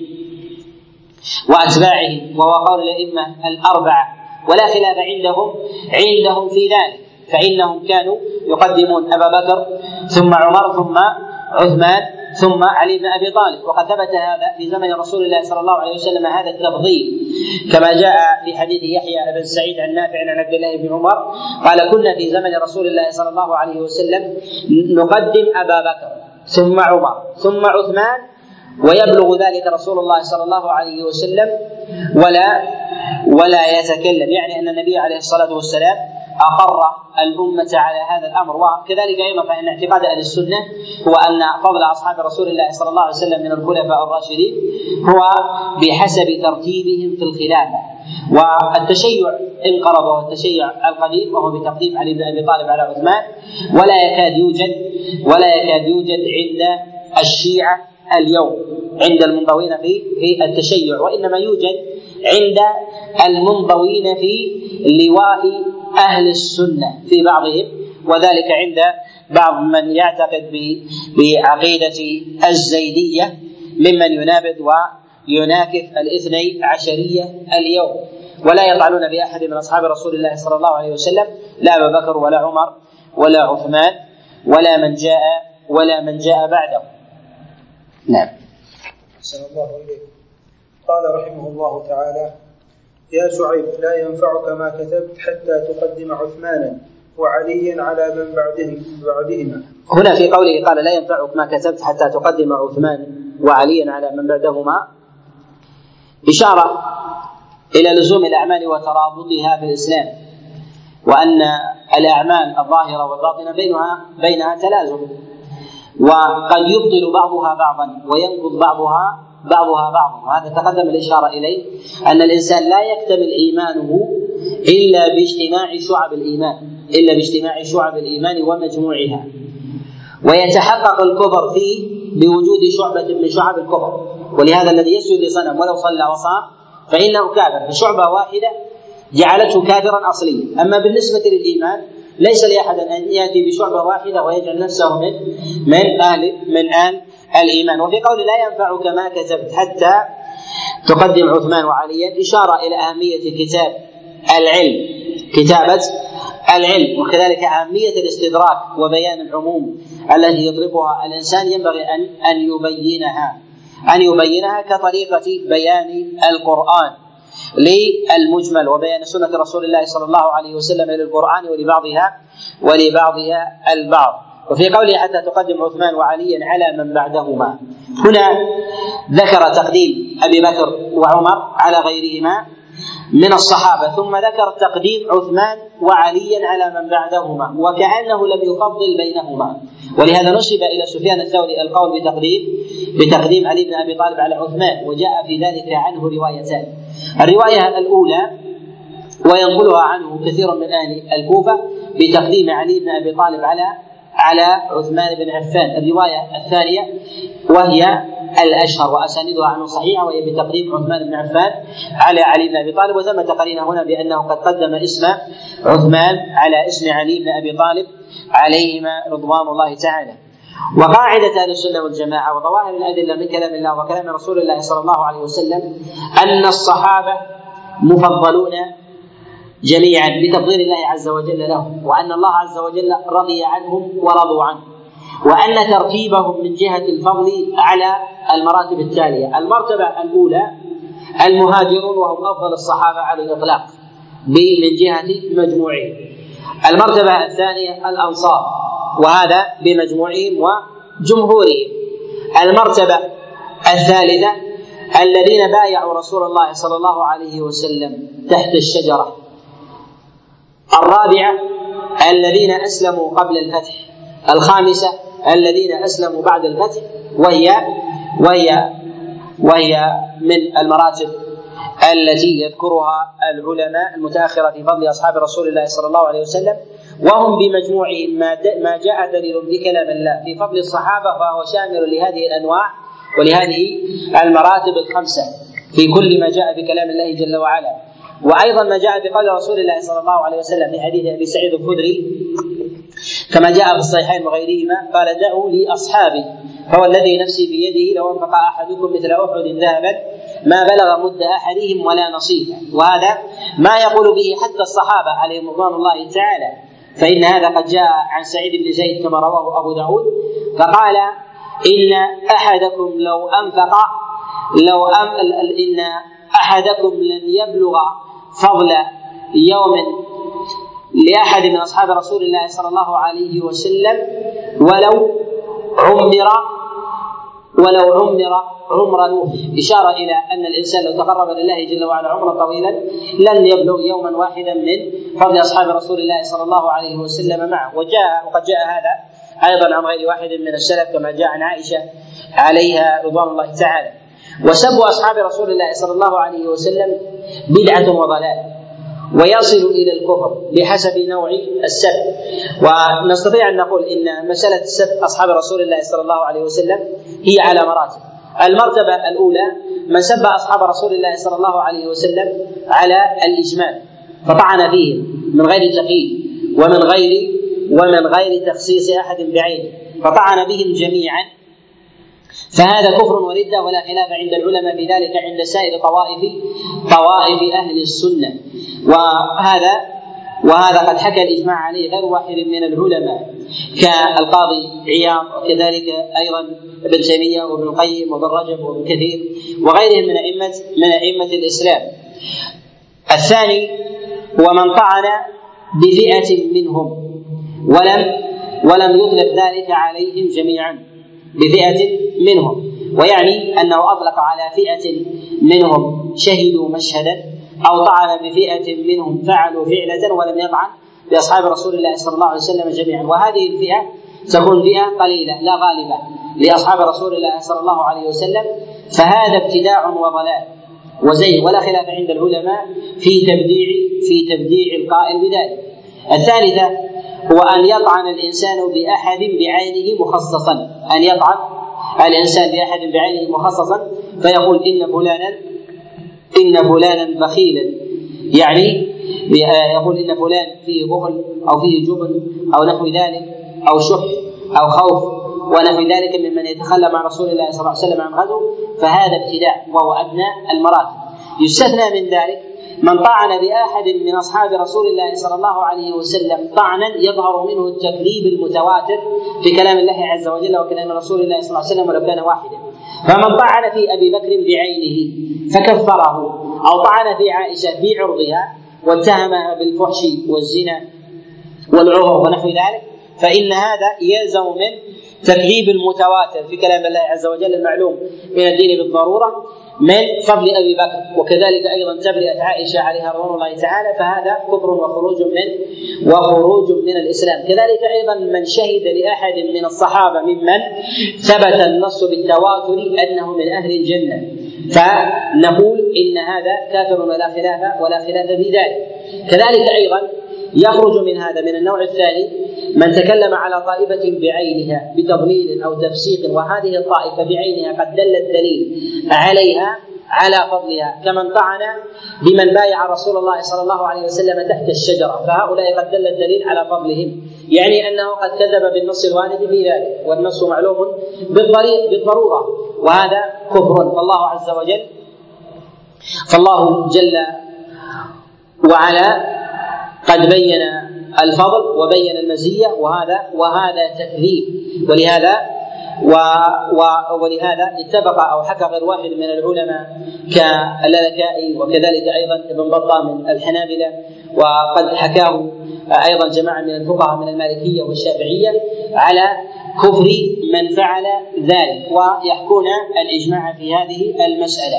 وأتباعهم، وهو قول الأئمة الأربعة، ولا خلاف عندهم عندهم في ذلك، فإنهم كانوا يقدمون أبا بكر ثم عمر ثم عثمان ثم علي بن أبي طالب. وقد ثبت هذا في زمن رسول الله صلى الله عليه وسلم هذا التفضيل، كما جاء في حديث يحيى بن سعيد عن نافع عن عبد الله بن عمر قال: كنا في زمن رسول الله صلى الله عليه وسلم نقدم أبا بكر ثم عمر ثم عثمان ويبلغ ذلك رسول الله صلى الله عليه وسلم ولا ولا يتكلم، يعني أن النبي عليه الصلاة والسلام أقر الأمة على هذا الأمر. وكذلك أيضا فإن اعتقاد أهل السنة هو أن فضل أصحاب رسول الله صلى الله عليه وسلم من الخلفاء الراشدين هو بحسب ترتيبهم في الخلافة، والتشيع انقرض وهو التشيع القديم وهو بتقديم علي بن أبي طالب على عثمان، ولا يكاد يوجد ولا يكاد يوجد عند الشيعة اليوم، عند المنضوين في في التشيع، وإنما يوجد عند المنضوين في لواء أهل السنة في بعضهم، وذلك عند بعض من يعتقد بعقيدة الزيدية ممن ينابذ ويناكف الاثني عشرية اليوم، ولا يطعنون بأحد من أصحاب رسول الله صلى الله عليه وسلم، لا أبا بكر ولا عمر ولا عثمان ولا من جاء ولا من جاء بعده. نعم. أحسن الله إليك. قال رحمه الله تعالى: يا شعيب لا ينفعك ما كتبت حتى تقدم عثمانا وعليا على من بعدهم بعدهما. هنا في قوله قال لا ينفعك ما كتبت حتى تقدم عثمان وعليا على من بعدهما إشارة إلى لزوم الأعمال وترابطها في الإسلام، وأن الأعمال الظاهرة والباطنة بينها بينها تلازم، وقد يبطل بعضها بعضا وينقض بعضها بعضها بعضا، وهذا تقدم الإشارة إليه أن الإنسان لا يكتمل إيمانه إلا باجتماع شعب الإيمان إلا باجتماع شعب الإيمان ومجموعها، ويتحقق الكفر فيه بوجود شعبة من شعب الكفر، ولهذا الذي يسجد لصنم ولو صلى وصام فإنه كافر، فشعبة واحدة جعلته كافرا أصليا. أما بالنسبة للإيمان ليس لأحد أن يأتي بشعبة واحدة ويجعل نفسه من من أهل من أهل الإيمان. وفي قول لا ينفعك ما كتبت حتى تقدم عثمان وعليا إشارة إلى أهمية كتاب العلم كتابة العلم، وكذلك أهمية الاستدراك وبيان العموم التي يطلبها الإنسان ينبغي أن أن يبينها أن يبينها كطريقة بيان القرآن للمجمل وبيان سنة رسول الله صلى الله عليه وسلم للقرآن ولبعضها ولبعضها البعض. وفي قوله حتى تقدم عثمان وعليا على من بعدهما، هنا ذكر تقديم أبي بكر وعمر على غيرهما من الصحابة، ثم ذكر تقديم عثمان وعليا على من بعدهما وكأنه لم يفضل بينهما، ولهذا نسب إلى سفيان الثوري القول بتقديم بتقديم علي بن أبي طالب على عثمان، وجاء في ذلك عنه روايتان. الرواية الأولى وينقلها عنه كثير من أهل الكوفة بتقديم علي بن أبي طالب على على عثمان بن عفان. الرواية الثانية وهي الأشهر وأساندها عنه صحيحة، وهي بتقديم عثمان بن عفان على علي بن أبي طالب، وثمة قرينة هنا بأنه قد قدم اسم عثمان على اسم علي بن أبي طالب عليهما رضوان الله تعالى. وقاعدة أهل السنة والجماعة وظواهر الأدلة من كلام الله وكلام رسول الله صلى الله عليه وسلم أن الصحابة مفضلون جميعا بتفضيل الله عز وجل لهم، وأن الله عز وجل رضي عنهم ورضوا عنه، وأن ترتيبهم من جهة الفضل على المراتب التالية: المرتبة الأولى المهاجرون وهم أفضل الصحابة على الإطلاق من جهة مجموعهم. المرتبة الثانية الأنصار، وهذا بمجموعهم وجمهورهم. المرتبة الثالثة الذين بايعوا رسول الله صلى الله عليه وسلم تحت الشجرة. الرابعة الذين أسلموا قبل الفتح. الخامسة الذين أسلموا بعد الفتح، وهي وهي وهي من المراتب التي يذكرها العلماء المتأخرة في فضل أصحاب رسول الله صلى الله عليه وسلم، وهم بمجموعهم ما جاء دليل بكلام الله في فضل الصحابة فهو شامل لهذه الأنواع ولهذه المراتب الخمسة في كل ما جاء بكلام الله جل وعلا. وأيضا ما جاء بقول رسول الله صلى الله عليه وسلم في حديث أبي سعيد الخدري كما جاء في الصحيحين وغيرهما قال: دعوا لي أصحابي فهو الذي نفسي بيده لو أنفق أحدكم مثل أحد ذهبا ما بلغ مد أحدهم ولا نصيفا. وهذا ما يقول به حتى الصحابة عليهم رضوان الله تعالى، فإن هذا قد جاء عن سعيد بن زيد كما رواه أبو داود فقال: إن أحدكم لو أنفق لو أم إن أحدكم لن يبلغ فضل يوم لأحد من أصحاب رسول الله صلى الله عليه وسلم ولو عمر ولو عمر عمر نوح، إشارة إلى أن الإنسان لو تقرب لله جل وعلا عمرا طويلا لن يبلغ يوما واحدا من فضل أصحاب رسول الله صلى الله عليه وسلم معه. وجاء وقد جاء هذا أيضا عن غير واحد من السلف كما جاء عن عائشة عليها رضوان الله تعالى. وسب أصحاب رسول الله صلى الله عليه وسلم بدعة وضلال ويصل إلى الكفر بحسب نوع السب. ونستطيع أن نقول إن مسألة سب أصحاب رسول الله صلى الله عليه وسلم هي على مراتب. المرتبة الأولى من سب أصحاب رسول الله صلى الله عليه وسلم على الإجمال فطعن فيهم من غير تقييد ومن غير ومن غير تخصيص أحد بعينه فطعن بهم جميعا، فهذا كفر وردة ولا خلاف عند العلماء في ذلك عند سائر طوائف طوائف أهل السنة. وهذا وهذا قد حكى الإجماع عليه غير واحد من العلماء كالقاضي عياض وكذلك أيضا ابن تيمية وابن القيم وابن رجب وابن كثير وغيرهم من أئمة من أئمة الإسلام. الثاني هو من طعن بفئة منهم ولم ولم يطلق ذلك عليهم جميعا، بفئة منهم، ويعني أنه أطلق على فئة منهم شهدوا مشهدا أو طعن بفئة منهم فعلوا فعلة ولم يطعن بأصحاب رسول الله صلى الله عليه وسلم جميعا. وهذه الفئة تكون فئة قليلة لا غالبة لأصحاب رسول الله صلى الله عليه وسلم، فهذا ابتداع وضلال وزي ولا خلاف عند العلماء في تبديع في تبديع القائل بذلك. الثالثة هو أن يطعن الإنسان بأحد بعينه مخصصا، أن يطعن الإنسان بأحد بعينه مخصصا فيقول إن فلانا إن فلانا بخيلا، يعني يقول إن فلان فيه بخل أو فيه جبن أو نحو ذلك أو شح أو خوف ونحو ذلك ممن يتخلى مع رسول الله صلى الله عليه وسلم عن غزو، فهذا ابتداع وهو أدنى المراتب. يستثنى من ذلك من طعن بأحد من أصحاب رسول الله صلى الله عليه وسلم طعنا يظهر منه التكذيب المتواتر في كلام الله عز وجل وكلام رسول الله صلى الله عليه وسلم ولو كان واحدا. فمن طعن في أبي بكر بعينه فكفره، أو طعن في عائشة بعرضها واتهمها بالفحش والزنا والعهر ونحو ذلك، فإن هذا يلزم من تكذيب المتواتر في كلام الله عز وجل المعلوم من الدين بالضرورة من فضل أبي بكر، وكذلك أيضا تبرئة عائشة عليها رضوان الله تعالى، فهذا كفر وخروج من وخروج من الإسلام. كذلك أيضا من شهد لأحد من الصحابة ممن ثبت النص بالتواتر أنه من أهل الجنة فنقول إن هذا كافر ولا خلاف ولا خلاف في ذلك. كذلك أيضا يخرج من هذا من النوع الثاني من تكلم على طائفة بعينها بتضليل أو تفسيق، وهذه الطائفة بعينها قد دل الدليل عليها على فضلها، كمن طعن بمن بايع رسول الله صلى الله عليه وسلم تحت الشجرة، فهؤلاء قد دل الدليل على فضلهم، يعني أنه قد كذب بالنص الوارد في ذلك، والنص معلوم بالضرورة، وهذا كفر. فالله عز وجل فالله جل وعلا قد بين الفضل وبين المزية، وهذا وهذا تكذيب، ولهذا و و ولهذا اتفق أو حكى غير واحد من العلماء كاللالكائي وكذلك أيضا ابن بطة من الحنابلة، وقد حكاه أيضا جماعة من الفقهاء من المالكية والشافعية على كفر من فعل ذلك، ويحكون الإجماع في هذه المسألة.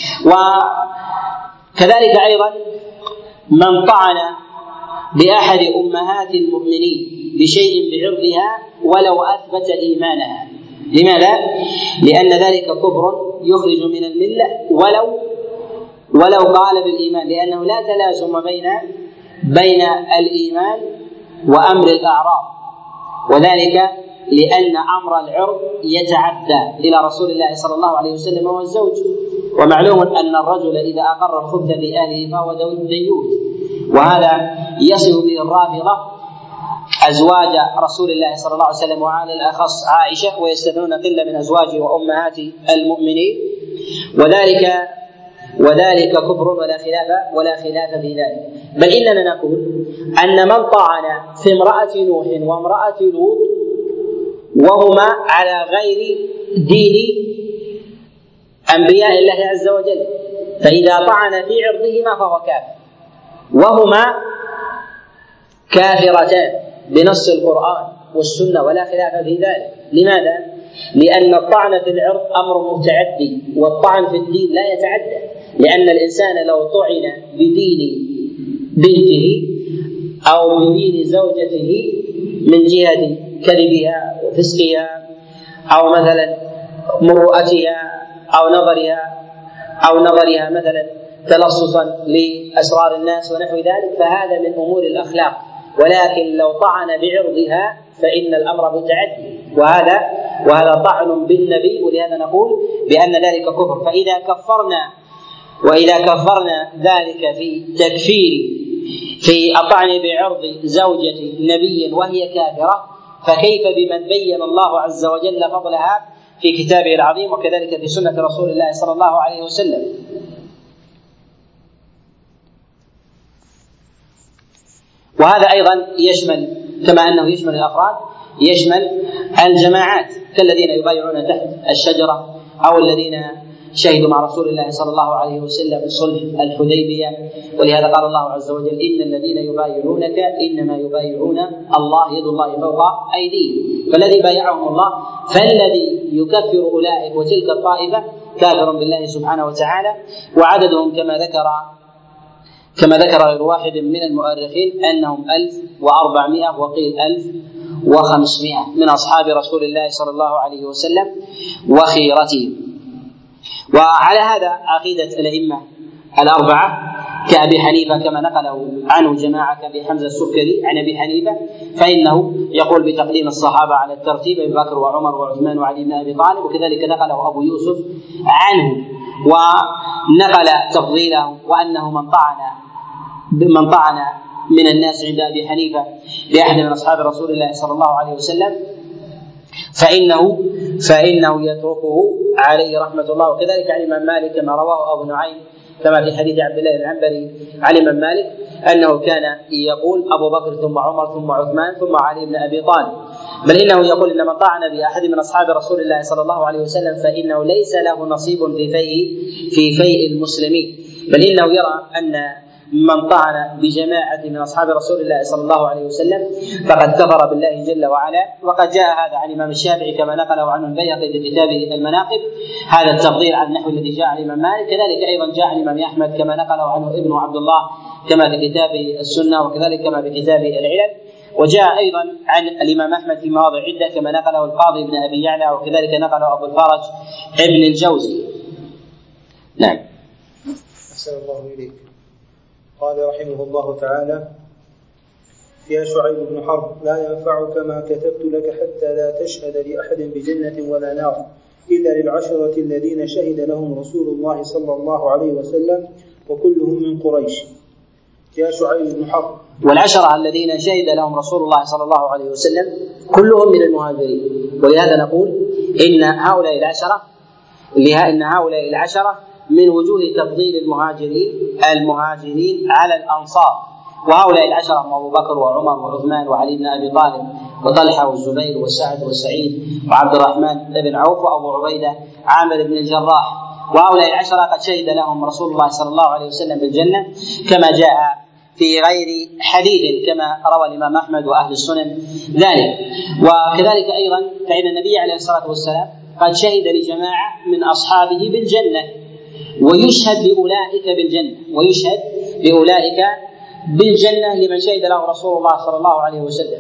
وكذلك أيضا من طعن بأحد أمهات المؤمنين بشيء بعرضها ولو أثبت إيمانها. لماذا؟ لأن ذلك كفر يخرج من الملة ولو ولو قال بالإيمان، لأنه لا تلازم بين بين الإيمان وأمر الأعراض، وذلك لأن أمر العرض يتعدى إلى رسول الله صلى الله عليه وسلم والزوج، ومعلوم أن الرجل إذا أقر الخبث بأهله فهو ديوث، وهذا يصل به الرافضة أزواج رسول الله صلى الله عليه وسلم وعلى الأخص عائشة، ويستثنون قلة من أزواجه وأمهات المؤمنين، وذلك وذلك كفر ولا خلاف ولا خلاف في ذلك. بل إننا نقول أن من طعن في امرأة نوح وامرأة لوط وهما على غير دين أنبياء الله عز وجل، فإذا طعن في عرضهما فهو كافر، وهما كافرتان بنص القرآن والسنة ولا خلاف في ذلك. لماذا؟ لأن الطعن في العرض أمر متعدي، والطعن في الدين لا يتعدى، لأن الإنسان لو طعن بدين بنته أو بدين زوجته من جهة كذبها وفسقها أو مثلا مروءتها أو نظرها أو نظرها مثلا تلصصا لأسرار الناس ونحو ذلك، فهذا من أمور الأخلاق. ولكن لو طعن بعرضها فإن الأمر متعدي، وهذا وهذا طعن بالنبي، ولهذا نقول بأن ذلك كفر. فإذا كفرنا وإذا كفرنا ذلك في تكفير في الطعن بعرض زوجة نبي وهي كافرة، فكيف بمن بين الله عز وجل فضلها في كتابه العظيم وكذلك في سنة رسول الله صلى الله عليه وسلم. وهذا أيضا يشمل كما أنه يشمل الأفراد يشمل الجماعات، كالذين يبايعون تحت الشجرة أو الذين شهدوا مع رسول الله صلى الله عليه وسلم صلح الحديبية. ولهذا قال الله عز وجل: إن الذين يبايعونك إنما يبايعون الله يد الله فوق أيديهم. فالذي بايعهم الله، فالذي يكفر أولئك وتلك الطائفة كافر بالله سبحانه وتعالى. وعددهم كما ذكر كما ذكر غير واحد من المؤرخين أنهم ألف وأربعمائة وقيل ألف وخمسمائة من أصحاب رسول الله صلى الله عليه وسلم وخيرتهم. وعلى هذا عقيدة الأئمة الأربعة كأبي حنيفة كما نقله عنه جماعة كأبي حمزة السكري عن أبي حنيفة، فإنه يقول بتقديم الصحابة على الترتيب، أبي بكر وعمر وعثمان وعلي بن أبي طالب. وكذلك نقله أبو يوسف عنه ونقل تفضيله، وأنه من طعن من طعن من الناس عند أبي حنيفة لأحد من أصحاب رسول الله صلى الله عليه وسلم فإنه فإنه يتركه عليه رحمة الله. وكذلك عن الإمام مالك كما رواه أبو نعيم كما في حديث عبد الله العنبري عن الإمام مالك أنه كان يقول: أبو بكر ثم عمر ثم عثمان ثم علي بن أبي طالب. بل إنه يقول: إن من طعن بأحد من أصحاب رسول الله صلى الله عليه وسلم فإنه ليس له نصيب في فيء في فيء المسلمين. بل إنه يرى أن من طعن بجماعة من أصحاب رسول الله صلى الله عليه وسلم فقد كفر بالله جل وعلا. وقد جاء هذا عن الإمام الشافعي كما نقله عنه البيهقي في كتابه المناقب، هذا التفضيل عن النحو الذي جاء عن الإمام مالك. كذلك أيضا جاء عن الإمام أحمد كما نقله عنه ابن عبد الله كما في كتاب السنة، وكذلك كما في كتاب العلل. وجاء أيضا عن الإمام أحمد في مواضع عدة كما نقله القاضي ابن أبي يعلى، وكذلك نقله أبو الفرج ابن الجوزي. نعم. أحسن الله إليك. قال رحمه الله تعالى: يا شعيب بن حرب، لا ينفعك ما كتبت لك حتى لا تشهد لأحد بجنة ولا نار إلا للعشرة الذين شهد لهم رسول الله صلى الله عليه وسلم وكلهم من قريش. يا شعيب بن حرب، والعشرة الذين شهد لهم رسول الله صلى الله عليه وسلم كلهم من المهاجرين. ولهذا نقول إن هؤلاء العشرة إن هؤلاء العشرة من وجوه تفضيل المهاجرين المهاجرين على الأنصار. وهؤلاء العشرة هم أبو بكر وعمر وعثمان وعلي بن أبي طالب وطلحة والزبير وسعد وسعيد وعبد الرحمن بن عوف وأبو عبيدة عامر بن الجراح. وهؤلاء العشرة قد شهد لهم رسول الله صلى الله عليه وسلم بالجنة كما جاء في غير حديث كما روى الإمام أحمد وأهل السنن ذلك. وكذلك أيضا فإن النبي عليه الصلاة والسلام قد شهد لجماعة من أصحابه بالجنة، ويشهد لأولئك بالجنة ويشهد لأولئك بالجنة لمن شهد له رسول الله صلى الله عليه وسلم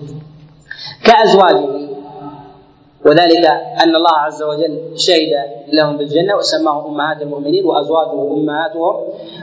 كأزواجه. وذلك أن الله عز وجل شهد لهم بالجنة وسماهم أمهات المؤمنين وأزواجه أمهاتهم.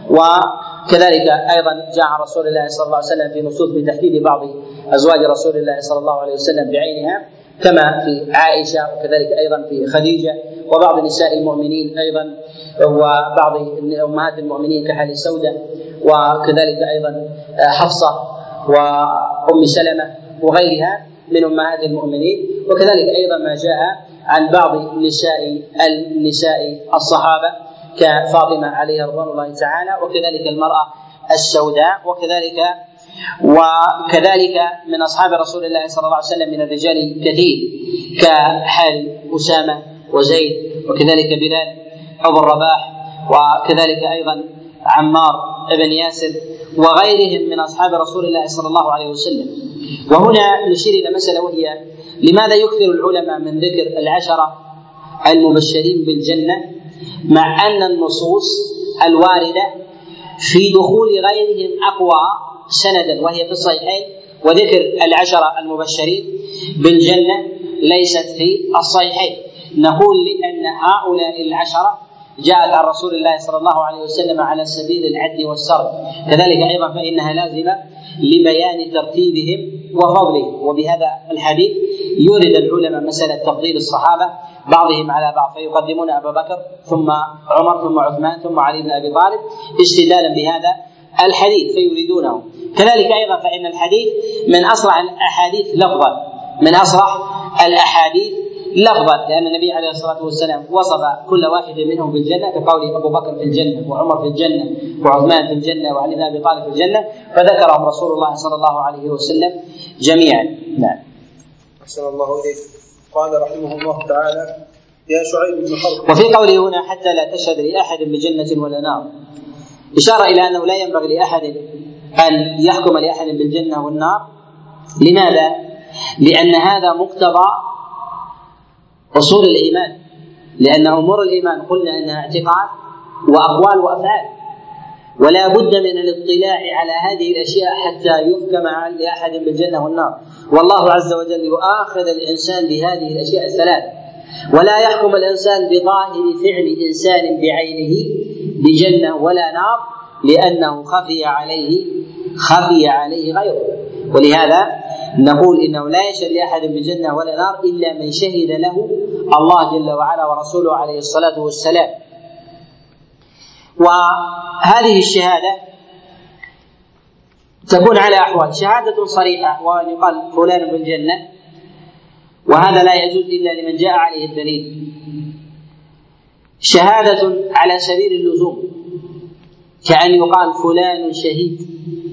وكذلك أيضا جاء عن رسول الله صلى الله عليه وسلم في نصوص بتحديد بعض أزواج رسول الله صلى الله عليه وسلم بعينها كما في عائشة، وكذلك أيضا في خديجة وبعض نساء المؤمنين أيضا وبعض أمهات المؤمنين كحال سودة، وكذلك أيضا حفصة وأم سلمة وغيرها من أمهات المؤمنين. وكذلك أيضا ما جاء عن بعض نساء النساء الصحابة كفاطمة عليها رضوان الله تعالى، وكذلك المرأة السوداء، وكذلك وكذلك من أصحاب رسول الله صلى الله عليه وسلم من الرجال كثير كحال أسامة وزيد، وكذلك بلال أبو الرباح، وكذلك أيضا عمار بن ياسر وغيرهم من أصحاب رسول الله صلى الله عليه وسلم. وهنا نشير إلى مسألة وهي لماذا يكثر العلماء من ذكر العشرة المبشرين بالجنة مع أن النصوص الواردة في دخول غيرهم أقوى سندا وهي في الصحيحين، وذكر العشرة المبشرين بالجنة ليست في الصحيحين؟ نقول لأن هؤلاء العشرة جاءت عن رسول الله صلى الله عليه وسلم على سبيل العد والسرد، كذلك أيضا فإنها لازمة لبيان ترتيبهم وفضلهم. وبهذا الحديث يورد العلماء مسألة تفضيل الصحابة بعضهم على بعض، فيقدمون أبا بكر ثم عمر ثم عثمان ثم علي بن أبي طالب استدلالا بهذا الحديث فيريدونه. كذلك أيضا فإن الحديث من أصرح الأحاديث لفظا من أصرح الأحاديث لفظا لأن النبي عليه الصلاة والسلام وصف كل واحد منهم بالجنة كقول أبو بكر في الجنة وعمر في الجنة وعثمان في الجنة وعلي بن أبي طالب في الجنة، فذكرهم رسول الله صلى الله عليه وسلم جميعا. نعم. أحسن الله إليك. قال رحمه الله تعالى: يا شعيب بن حرب. وفي قوله هنا: حتى لا تشهد لأحد بجنة ولا نار، إشارة إلى أنه لا ينبغي لأحد أن يحكم لأحد بالجنة والنار. لماذا؟ لأن هذا مقتضى أصول الإيمان، لأن أمور الإيمان قلنا أنها اعتقاد وأقوال وأفعال، ولا بد من الاطلاع على هذه الأشياء حتى يحكم لأحد بالجنة والنار. والله عز وجل يؤاخذ الإنسان بهذه الأشياء الثلاث، ولا يحكم الإنسان بظاهر فعل إنسان بعينه بجنة ولا نار، لأنه خفي عليه خفي عليه غيره. ولهذا نقول إنه لا يشهد لأحد بجنة ولا نار إلا من شهد له الله جل وعلا ورسوله عليه الصلاة والسلام. وهذه الشهادة تكون على أحوال: شهادة صريحة وأن يقال فلان بالجنة، وهذا لا يجوز إلا لمن جاء عليه الدليل. شهادة على سبيل اللزوم كأن يقال فلان شهيد،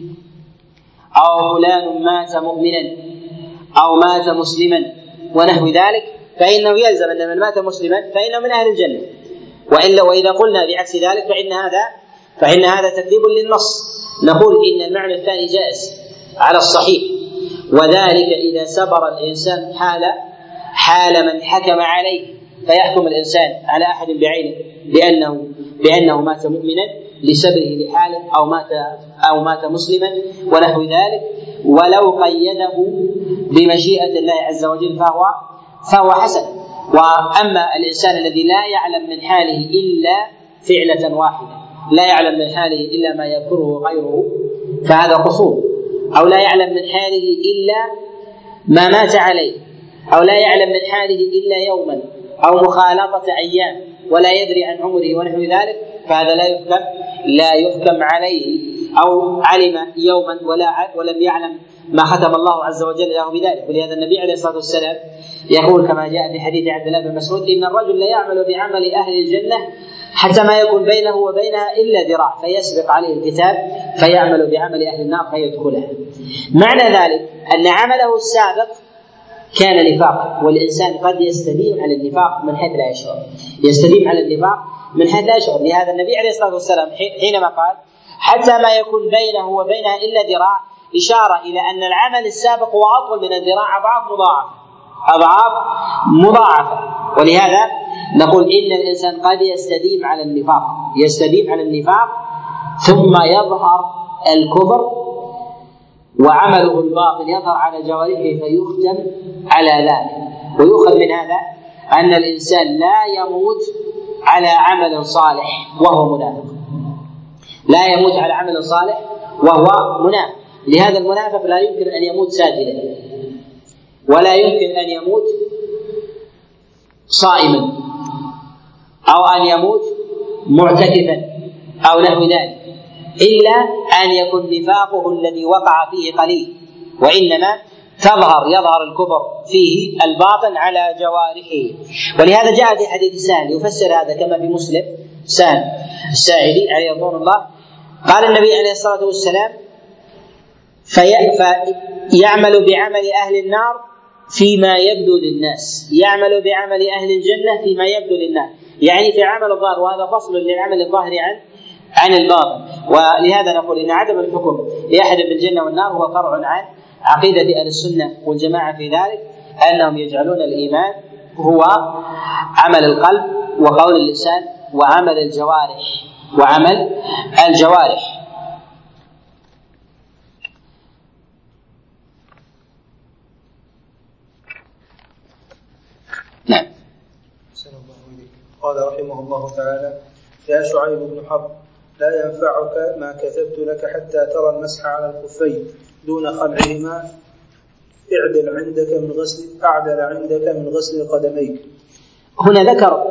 أو فلان مات مؤمنا أو مات مسلما ونحو ذلك، فإنه يلزم أن من مات مسلما فإنه من أهل الجنة. وإلا وإذا قلنا بعكس ذلك فإن هذا فإن هذا تكذيب للنص. نقول إن المعنى الثاني جائز على الصحيح، وذلك إذا سبر الإنسان حال حال من حكم عليه، فيحكم الإنسان على أحد بعينه بأنه بأنه مات مؤمنا لسبره لحاله أو مات أو مات مسلما ونحو ذلك، ولو قيده بمشيئة الله عز وجل فهو فهو حسن. وأما الإنسان الذي لا يعلم من حاله إلا فعلة واحدة، لا يعلم من حاله إلا ما يذكره غيره، فهذا قصور. أو لا يعلم من حاله إلا ما مات عليه، أو لا يعلم من حاله إلا يوما أو مخالطة أيام ولا يدري عن عمره ونحو ذلك، فهذا لا يحكم لا يحكم عليه. أو علم يوما ولا ولم يعلم ما ختم الله عز وجل له بذلك. ولهذا النبي عليه الصلاة والسلام يقول كما جاء في حديث عبد الله بن مسعود: إن الرجل لا يعمل بعمل أهل الجنة حتى ما يكون بينه وبينها إلا ذراع، فيسبق عليه الكتاب فيعمل بعمل أهل النار فيدخلها. معنى ذلك أن عمله السابق كان نفاقا، والإنسان قد يستديم على النفاق من حيث لا يشعر يستديم على النفاق من حيث لا يشعر. لهذا النبي عليه الصلاة والسلام حينما قال حتى ما يكون بينه وبينها إلا ذراع، إشارة إلى أن العمل السابق هو أطول من الذراع أضعاف مضاعفة أضعاف مضاعفة. ولهذا نقول إن الإنسان قد يستديم على النفاق يستديم على النفاق ثم يظهر الكفر وعمله الباطن يظهر على جوارحه فيختم على ذلك. ويؤخذ من هذا أن الإنسان لا يموت على عمل صالح وهو منافق، لا يموت على عمل صالح وهو منافق. لهذا المنافق لا يمكن أن يموت ساجدا، ولا يمكن أن يموت صائما، أو أن يموت معتكفا أو نحو ذلك، إلا أن يكون نفاقه الذي وقع فيه قليل، وإنما تظهر يظهر الكفر فيه الباطن على جوارحه. ولهذا جاء في حديث سهل يفسر هذا كما في مسلم، سهل الساعدي عليه رضوان الله قال النبي عليه الصلاة والسلام: فيعمل بعمل أهل النار فيما يبدو للناس، يعمل بعمل أهل الجنة فيما يبدو للناس، يعني في عمل الظاهر، وهذا فصل للعمل الظاهر عن عن الباطن. ولهذا نقول إن عدم الحكم لأحد بالجنة والنار هو فرع عن عقيدة أهل السنة والجماعة في ذلك، أنهم يجعلون الإيمان هو عمل القلب وقول اللسان وعمل الجوارح وعمل الجوارح. نعم. قال رحمه الله تعالى: يا شعيب بن حرب، لا ينفعك ما كتبت لك حتى ترى المسح على الخفين دون خلعهما، اعدل عندك من غسل اعدل عندك من غسل قدميك. هنا ذكر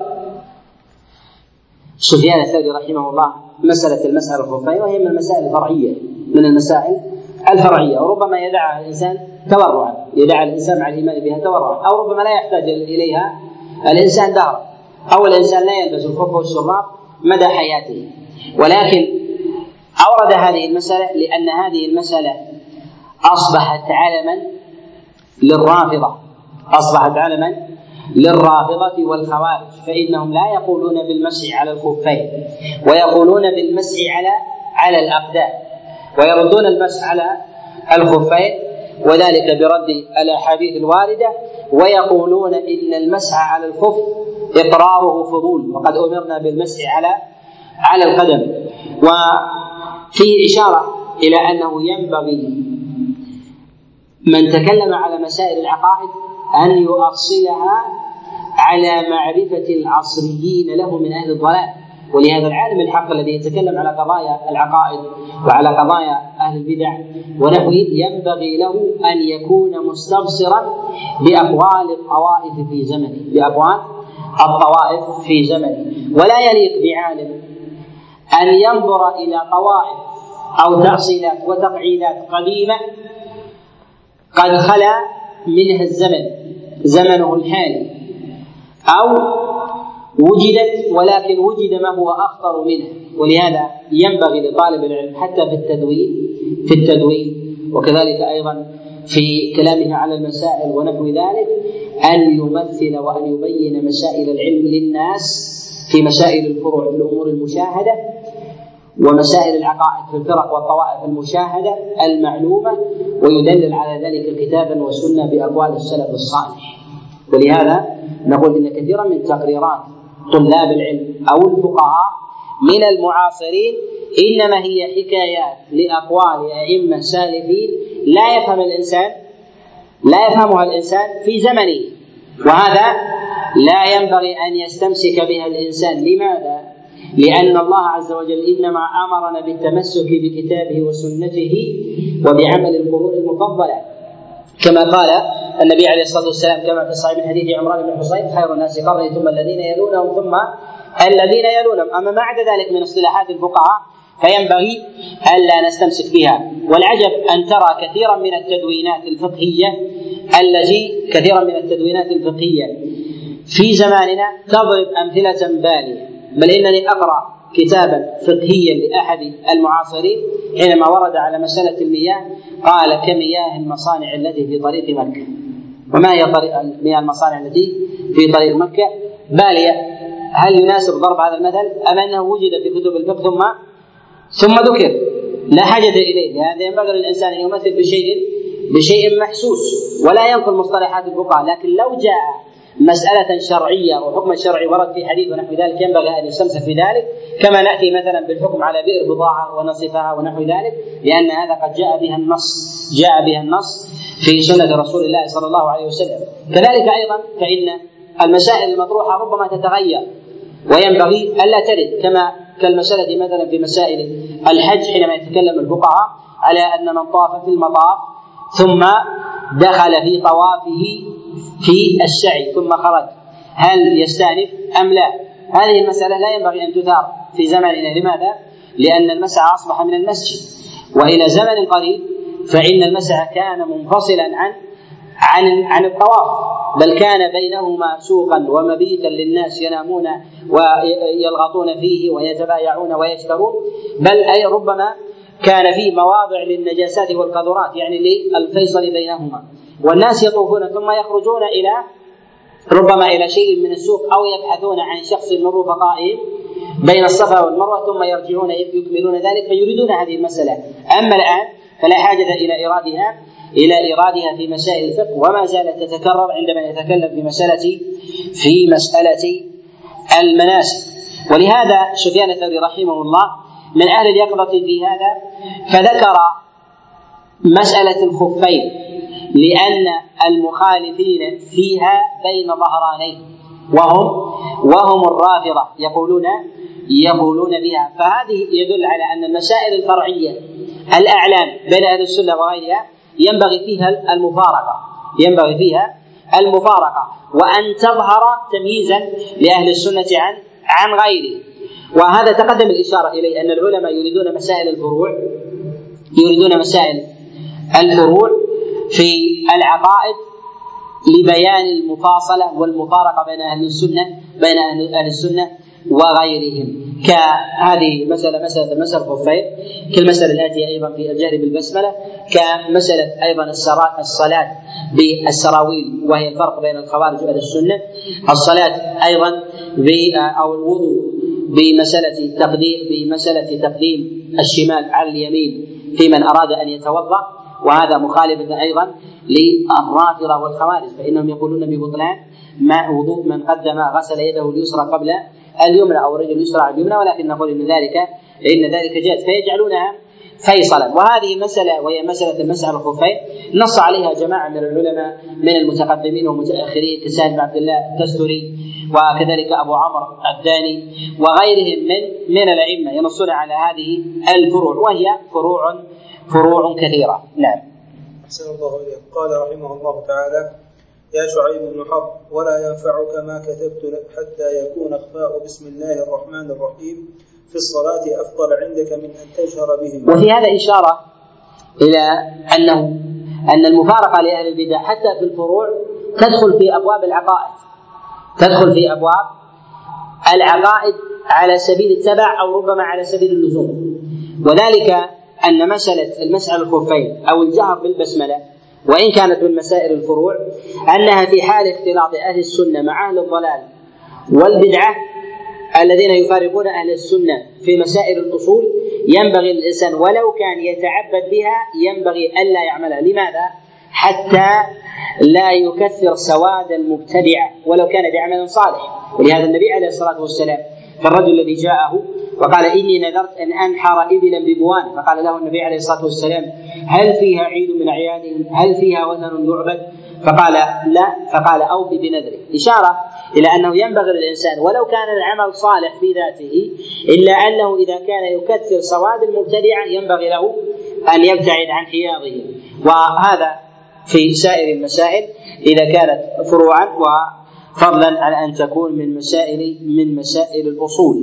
سفيان الثوري رحمه الله مسألة المسح على الخفين، وهي من المسائل الفرعية من المسائل الفرعية وربما يدعها الإنسان تورعا، يدعها الإنسان مع الإيمان بها تورعا، أو ربما لا يحتاج إليها الإنسان دهرا، أو الإنسان لا يلبس الخف والشراب مدى حياته. ولكن أورد هذه المسألة لأن هذه المسألة أصبحت علما للرافضة أصبحت علما للرافضة والخوارج، فإنهم لا يقولون بالمسح على الخفين ويقولون بالمسح على على الأقدام، ويردون المسح على الخفين وذلك برد الأحاديث الواردة، ويقولون إن المسح على الخف إقراره فضول، وقد أمرنا بالمسح على على القدم. وفيه إشارة إلى أنه ينبغي من تكلم على مسائل العقائد أن يؤصلها على معرفة العصريين له من أهل الضلال، ولهذا العالم الحق الذي يتكلم على قضايا العقائد وعلى قضايا أهل البدع ونحوه ينبغي له أن يكون مستبصرا بأقوال الطوائف في زمنه بأقوال الطوائف في زمنه ولا يليق بعالم أن ينظر إلى طوائف أو تأصيلات وتقعيدات قديمة قد خلا منها الزمن زمنه الحالي، أو وجدت ولكن وجد ما هو أخطر منها. ولهذا ينبغي لطالب العلم حتى في التدوين في التدوين وكذلك أيضا في كلامه على المسائل ونحو ذلك أن يمثل وأن يبين مسائل العلم للناس في مسائل الفروع في الأمور المشاهدة ومسائل العقائد في الفرق والطوائف المشاهدة المعلومة، ويدلل على ذلك كتابا وسنة بأقوال السلف الصالح. ولهذا نقول إن كثيرا من تقريرات طلاب العلم أو الفقهاء من المعاصرين إنما هي حكايات لأقوال أئمة سالفين لا يفهم الإنسان لا يفهمها الإنسان في زمنه، وهذا لا ينبغي أن يستمسك بها الإنسان. لماذا؟ لأن الله عز وجل إنما أمرنا بالتمسك بكتابه وسنته وبعمل القرون المفضلة، كما قال النبي عليه الصلاة والسلام كما في صحيح حديث عمران بن حصين: خير الناس قرني ثم الذين يلونهم ثم الذين يلونهم. أما ما عدا ذلك من اصطلاحات الفقهاء فينبغي ألا نستمسك بها. والعجب أن ترى كثيرا من التدوينات الفقهية التي كثيرا من التدوينات الفقهية في زماننا تضرب أمثلة بالية، بل إنني أقرأ كتابا فقهيا لأحد المعاصرين حينما ورد على مسألة المياه قال: كمياه المصانع التي في طريق مكة. وما هي طريق مياه المصانع التي في طريق مكة؟ بالية. هل يناسب ضرب هذا المثل أم أنه وجد في كتب الفقه ثم ثم ذكر؟ لا حاجة إليه. لهذا ينبغي للإنسان أن يمثل بشيء بشيء محسوس ولا ينقل مصطلحات الفقهاء. لكن لو جاء مسألة شرعية وحكم شرعي ورد في حديث ونحو ذلك ينبغي أن يستمسك بذلك، كما نأتي مثلا بالحكم على بئر بضاعة ونصفها ونحو ذلك، لأن هذا قد جاء بها النص جاء بها النص في سنة رسول الله صلى الله عليه وسلم. كذلك أيضا فإن المسائل المطروحة ربما تتغير وينبغي ألا ترد، كما كالمسألة مثلا في مسائل الحج حينما يتكلم الفقهاء على أن من طاف في المطاف ثم دخل في طوافه في السعي ثم خرج هل يستأنف أم لا؟ هذه المسألة لا ينبغي أن تثار في زمننا. لماذا؟ لأن المسح أصبح من المسجد، وإلى زمن قريب فإن المسح كان منفصلا عن عن عن الطواف، بل كان بينهما سوقا ومبيتا للناس ينامون ويلغطون فيه ويتبايعون ويشترون، بل أي ربما كان فيه مواضع للنجاسات والقذرات، يعني للفيصل بينهما، والناس يطوفون ثم يخرجون إلى ربما إلى شيء من السوق أو يبحثون عن شخص من رفقائهم بين الصفا والمروة ثم يرجعون يكملون ذلك فيريدون هذه المسألة. أما الآن فلا حاجة إلى إرادها، إلى إيرادها في مسائل الفقه، وما زالت تتكرر عندما يتكلم في مسألة في مسألة المناسك. ولهذا سفيان الثوري رحمه الله من أهل اليقظة في هذا، فذكر مسألة الخفين لأن المخالفين فيها بين ظهرانين وهم وهم الرافضة يقولون يقولون بها. فهذه يدل على أن المسائل الفرعية الأعلام بين أهل السنة وغيرها ينبغي فيها المفارقة ينبغي فيها المفارقة وأن تظهر تمييزا لأهل السنة عن عن غيره. وهذا تقدم الإشارة إليه أن العلماء يريدون مسائل الفروع يريدون مسائل الفروع في العقائد لبيان المفاصلة والمفارقة بين أهل السنة بين أهل السنة وغيرهم. كهذه مسألة مسألة المسألة الخفين، كالمسألة الآتية أيضا في الجهر بالبسملة، كمسألة أيضا الصلاة بالسراويل وهي الفرق بين الخوارج وأهل السنة، الصلاة أيضا أو الوضوء بمسألة تقديم بمسألة تقديم الشمال على اليمين في من أراد أن يتوضأ، وهذا مخالف أيضا للرافضة والخوارج، فإنهم يقولون ببطلان ما وضوء من قدم غسل يده اليسرى قبل اليمنى أو الرجل اليسرى على اليمنى، ولكن نقول إن ذلك إن ذلك جائز، فيجعلونها فيصلا. وهذه المسألة وهي مسألة المسح الخفين نص عليها جماعة من العلماء من المتقدمين والمتأخرين كسهل بن عبد الله التستري وكذلك أبو عمرو الداني وغيرهم من من الأئمة ينصون على هذه الفروع، وهي فروع فروع كثيرة. نعم. أحسن الله إليك. قال رحمه الله تعالى: يا شعيب بن حرب، ولا ينفعك ما كتبت لك حتى يكون إخفاء بسم الله الرحمن الرحيم في الصلاة أفضل عندك من أن تجهر به. وفي هذا إشارة إلى أنه أن المفارقة لأهل البدع حتى في الفروع تدخل في أبواب العقائد تدخل في أبواب العقائد على سبيل التبع أو ربما على سبيل اللزوم، وذلك أن مسألة المسح الخفين أو الجهر بالبسملة وإن كانت من مسائل الفروع أنها في حال اختلاط أهل السنة مع أهل الضلال والبدعة الذين يفارقون أهل السنة في مسائل الأصول، ينبغي للإنسان ولو كان يتعبد بها ينبغي ألا يعملها. لماذا؟ حتى لا يكثر سواد المبتدعة ولو كان بعمل صالح. ولهذا النبي عليه الصلاة والسلام كالرجل الذي جاءه وقال: إني نذرت أن أنحر إبلا ببوان، فقال له النبي عليه الصلاة والسلام: هل فيها عيد من أعيادهم؟ هل فيها وثن يعبد؟ فقال: لا. فقال: أوفي بنذرك، إشارة إلى أنه ينبغي للإنسان ولو كان العمل صالح في ذاته إلا أنه إذا كان يكثر سواد المبتدعة ينبغي له أن يبتعد عن حياضه. وهذا في سائر المسائل إذا كانت فروعا، وفضلا على أن تكون من مسائل من مسائل الأصول.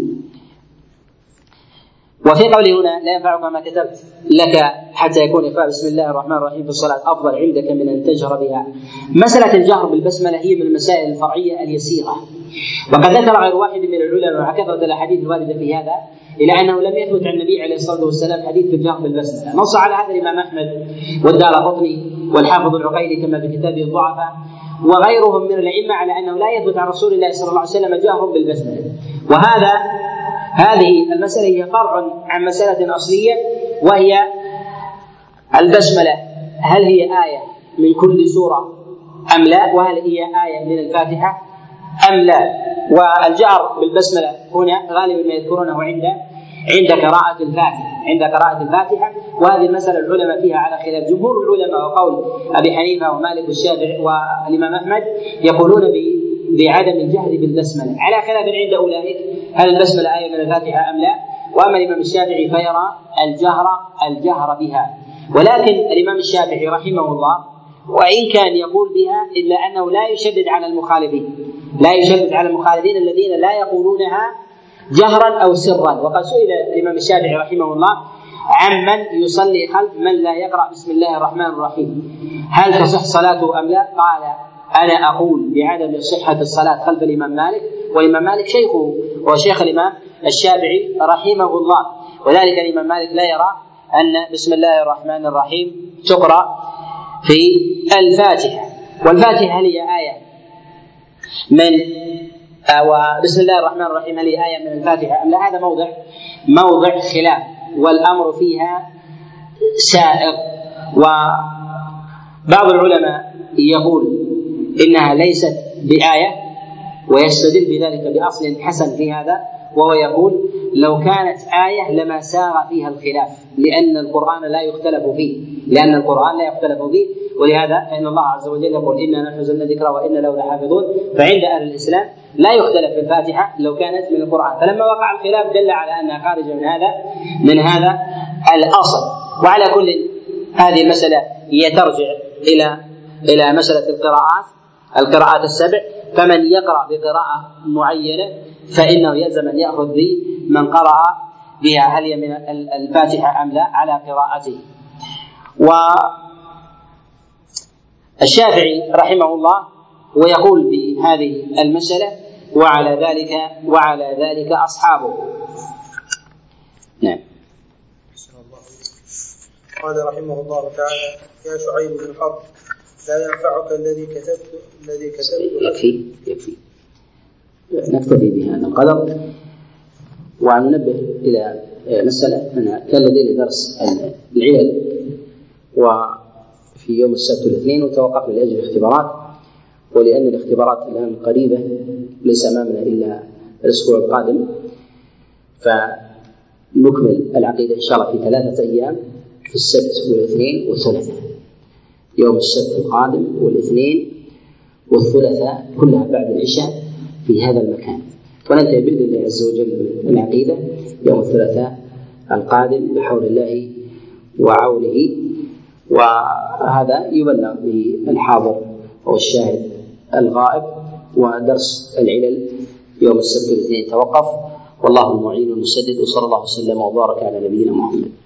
وفي قوله هنا: لا ينفعك ما كتبت لك حتى يكون إخفاء بسم الله الرحمن الرحيم في الصلاة أفضل عندك من أن تجهر بها. مسألة الجهر بالبسملة هي من المسائل الفرعية اليسيرة، وقد ذكر غير واحد من العلماء مع كثرة الأحاديث الواردة في هذا إلى أنه لم يثبت عن النبي عليه الصلاة والسلام حديث في الجهر بالبسملة. نص على هذا الإمام أحمد والدارقطني والحافظ العقيلي كما في كتابه الضعفاء وغيرهم من الأئمة على أنه لا يثبت عن رسول الله صلى الله عليه وسلم جهر بالبسملة. وهذا هذه المسألة هي فرع عن مسألة أصلية وهي البسملة، هل هي آية من كل سورة أم لا؟ وهل هي آية من الفاتحة أم لا؟ والجهر بالبسملة هنا غالبا ما يذكرونه عند عند قراءة الفاتحة عند قراءة الفاتحة وهذه المسألة العلماء فيها على خلاف. جمهور العلماء وقول أبي حنيفة ومالك والشافعي والإمام أحمد يقولون بعدم الجهر بالبسملة على خلاف عند أولئك هل البسملة آية من الفاتحة أم لا. وأما الإمام الشافعي فيرى الجهر الجهر بها، ولكن الإمام الشافعي رحمه الله وإن كان يقول بها إلا أنه لا يشدد على المخالفين لا يشدد على المخالفين الذين لا يقولونها جهرا أو سرا. وقد سئل الإمام الشافعي رحمه الله عمن يصلي خلف من لا يقرأ بسم الله الرحمن الرحيم هل تصح صلاته أم لا؟ قال: أنا أقول بعدم صحة الصلاة خلف الإمام مالك، والإمام مالك شيخه وشيخ الإمام الشافعي رحمه الله، وذلك الإمام مالك لا يرى أن بسم الله الرحمن الرحيم تقرأ في الفاتحة. والفاتحة هل هي آية من وبسم الله الرحمن الرحيم هل هي آية من الفاتحة أم لا؟ هذا موضع موضع خلاف، والأمر فيها سائغ. بعض العلماء يقول إنها ليست بآية ويستدل بذلك بأصل حسن في هذا، وهو يقول لو كانت آية لما سار فيها الخلاف، لأن القرآن لا يختلف فيه لأن القرآن لا يختلف فيه ولهذا فإن الله عز وجل يقول إنا نحن نزلنا الذكر وإنا له لحافظون. فعند أهل الإسلام لا يختلف في الفاتحة لو كانت من القرآن، فلما وقع الخلاف دل على أنها خارجة من هذا من هذا الأصل. وعلى كل هذه المسألة هي ترجع إلى إلى مسألة القراءات القراءات السبع، فمن يقرأ بقراءة معينة فإنه يلزم أن يأخذ بمن قرأ بها هل هي من الفاتحة أم لا على قراءته. والشافعي رحمه الله ويقول بهذه المسألة وعلى ذلك وعلى ذلك أصحابه. نعم. قال رحمه الله تعالى: يا شعيب بن حرب لا ينفعك الذي كتبت الذي كتبت يكفي يكفي نكتفي بهذا القدر. وننبه إلى مسألة أن كان لدينا درس العلل وفي يوم السبت والاثنين وتوقفنا لأجل الاختبارات، ولأن الاختبارات الآن قريبة ليس أمامنا إلا الأسبوع القادم، فنكمل العقيدة إن شاء الله في ثلاثة أيام في السبت والاثنين والثلاثاء، يوم السبت القادم والاثنين والثلاثاء كلها بعد العشاء في هذا المكان، وننتهي بإذن الله عز وجل من العقيدة يوم الثلاثاء القادم بحول الله وعونه. وهذا يبلغ بالحاضر أو الشاهد الغائب. ودرس العلل يوم السبت والاثنين توقف، والله المعين المسدد، وصلى الله وسلم وبارك على نبينا محمد.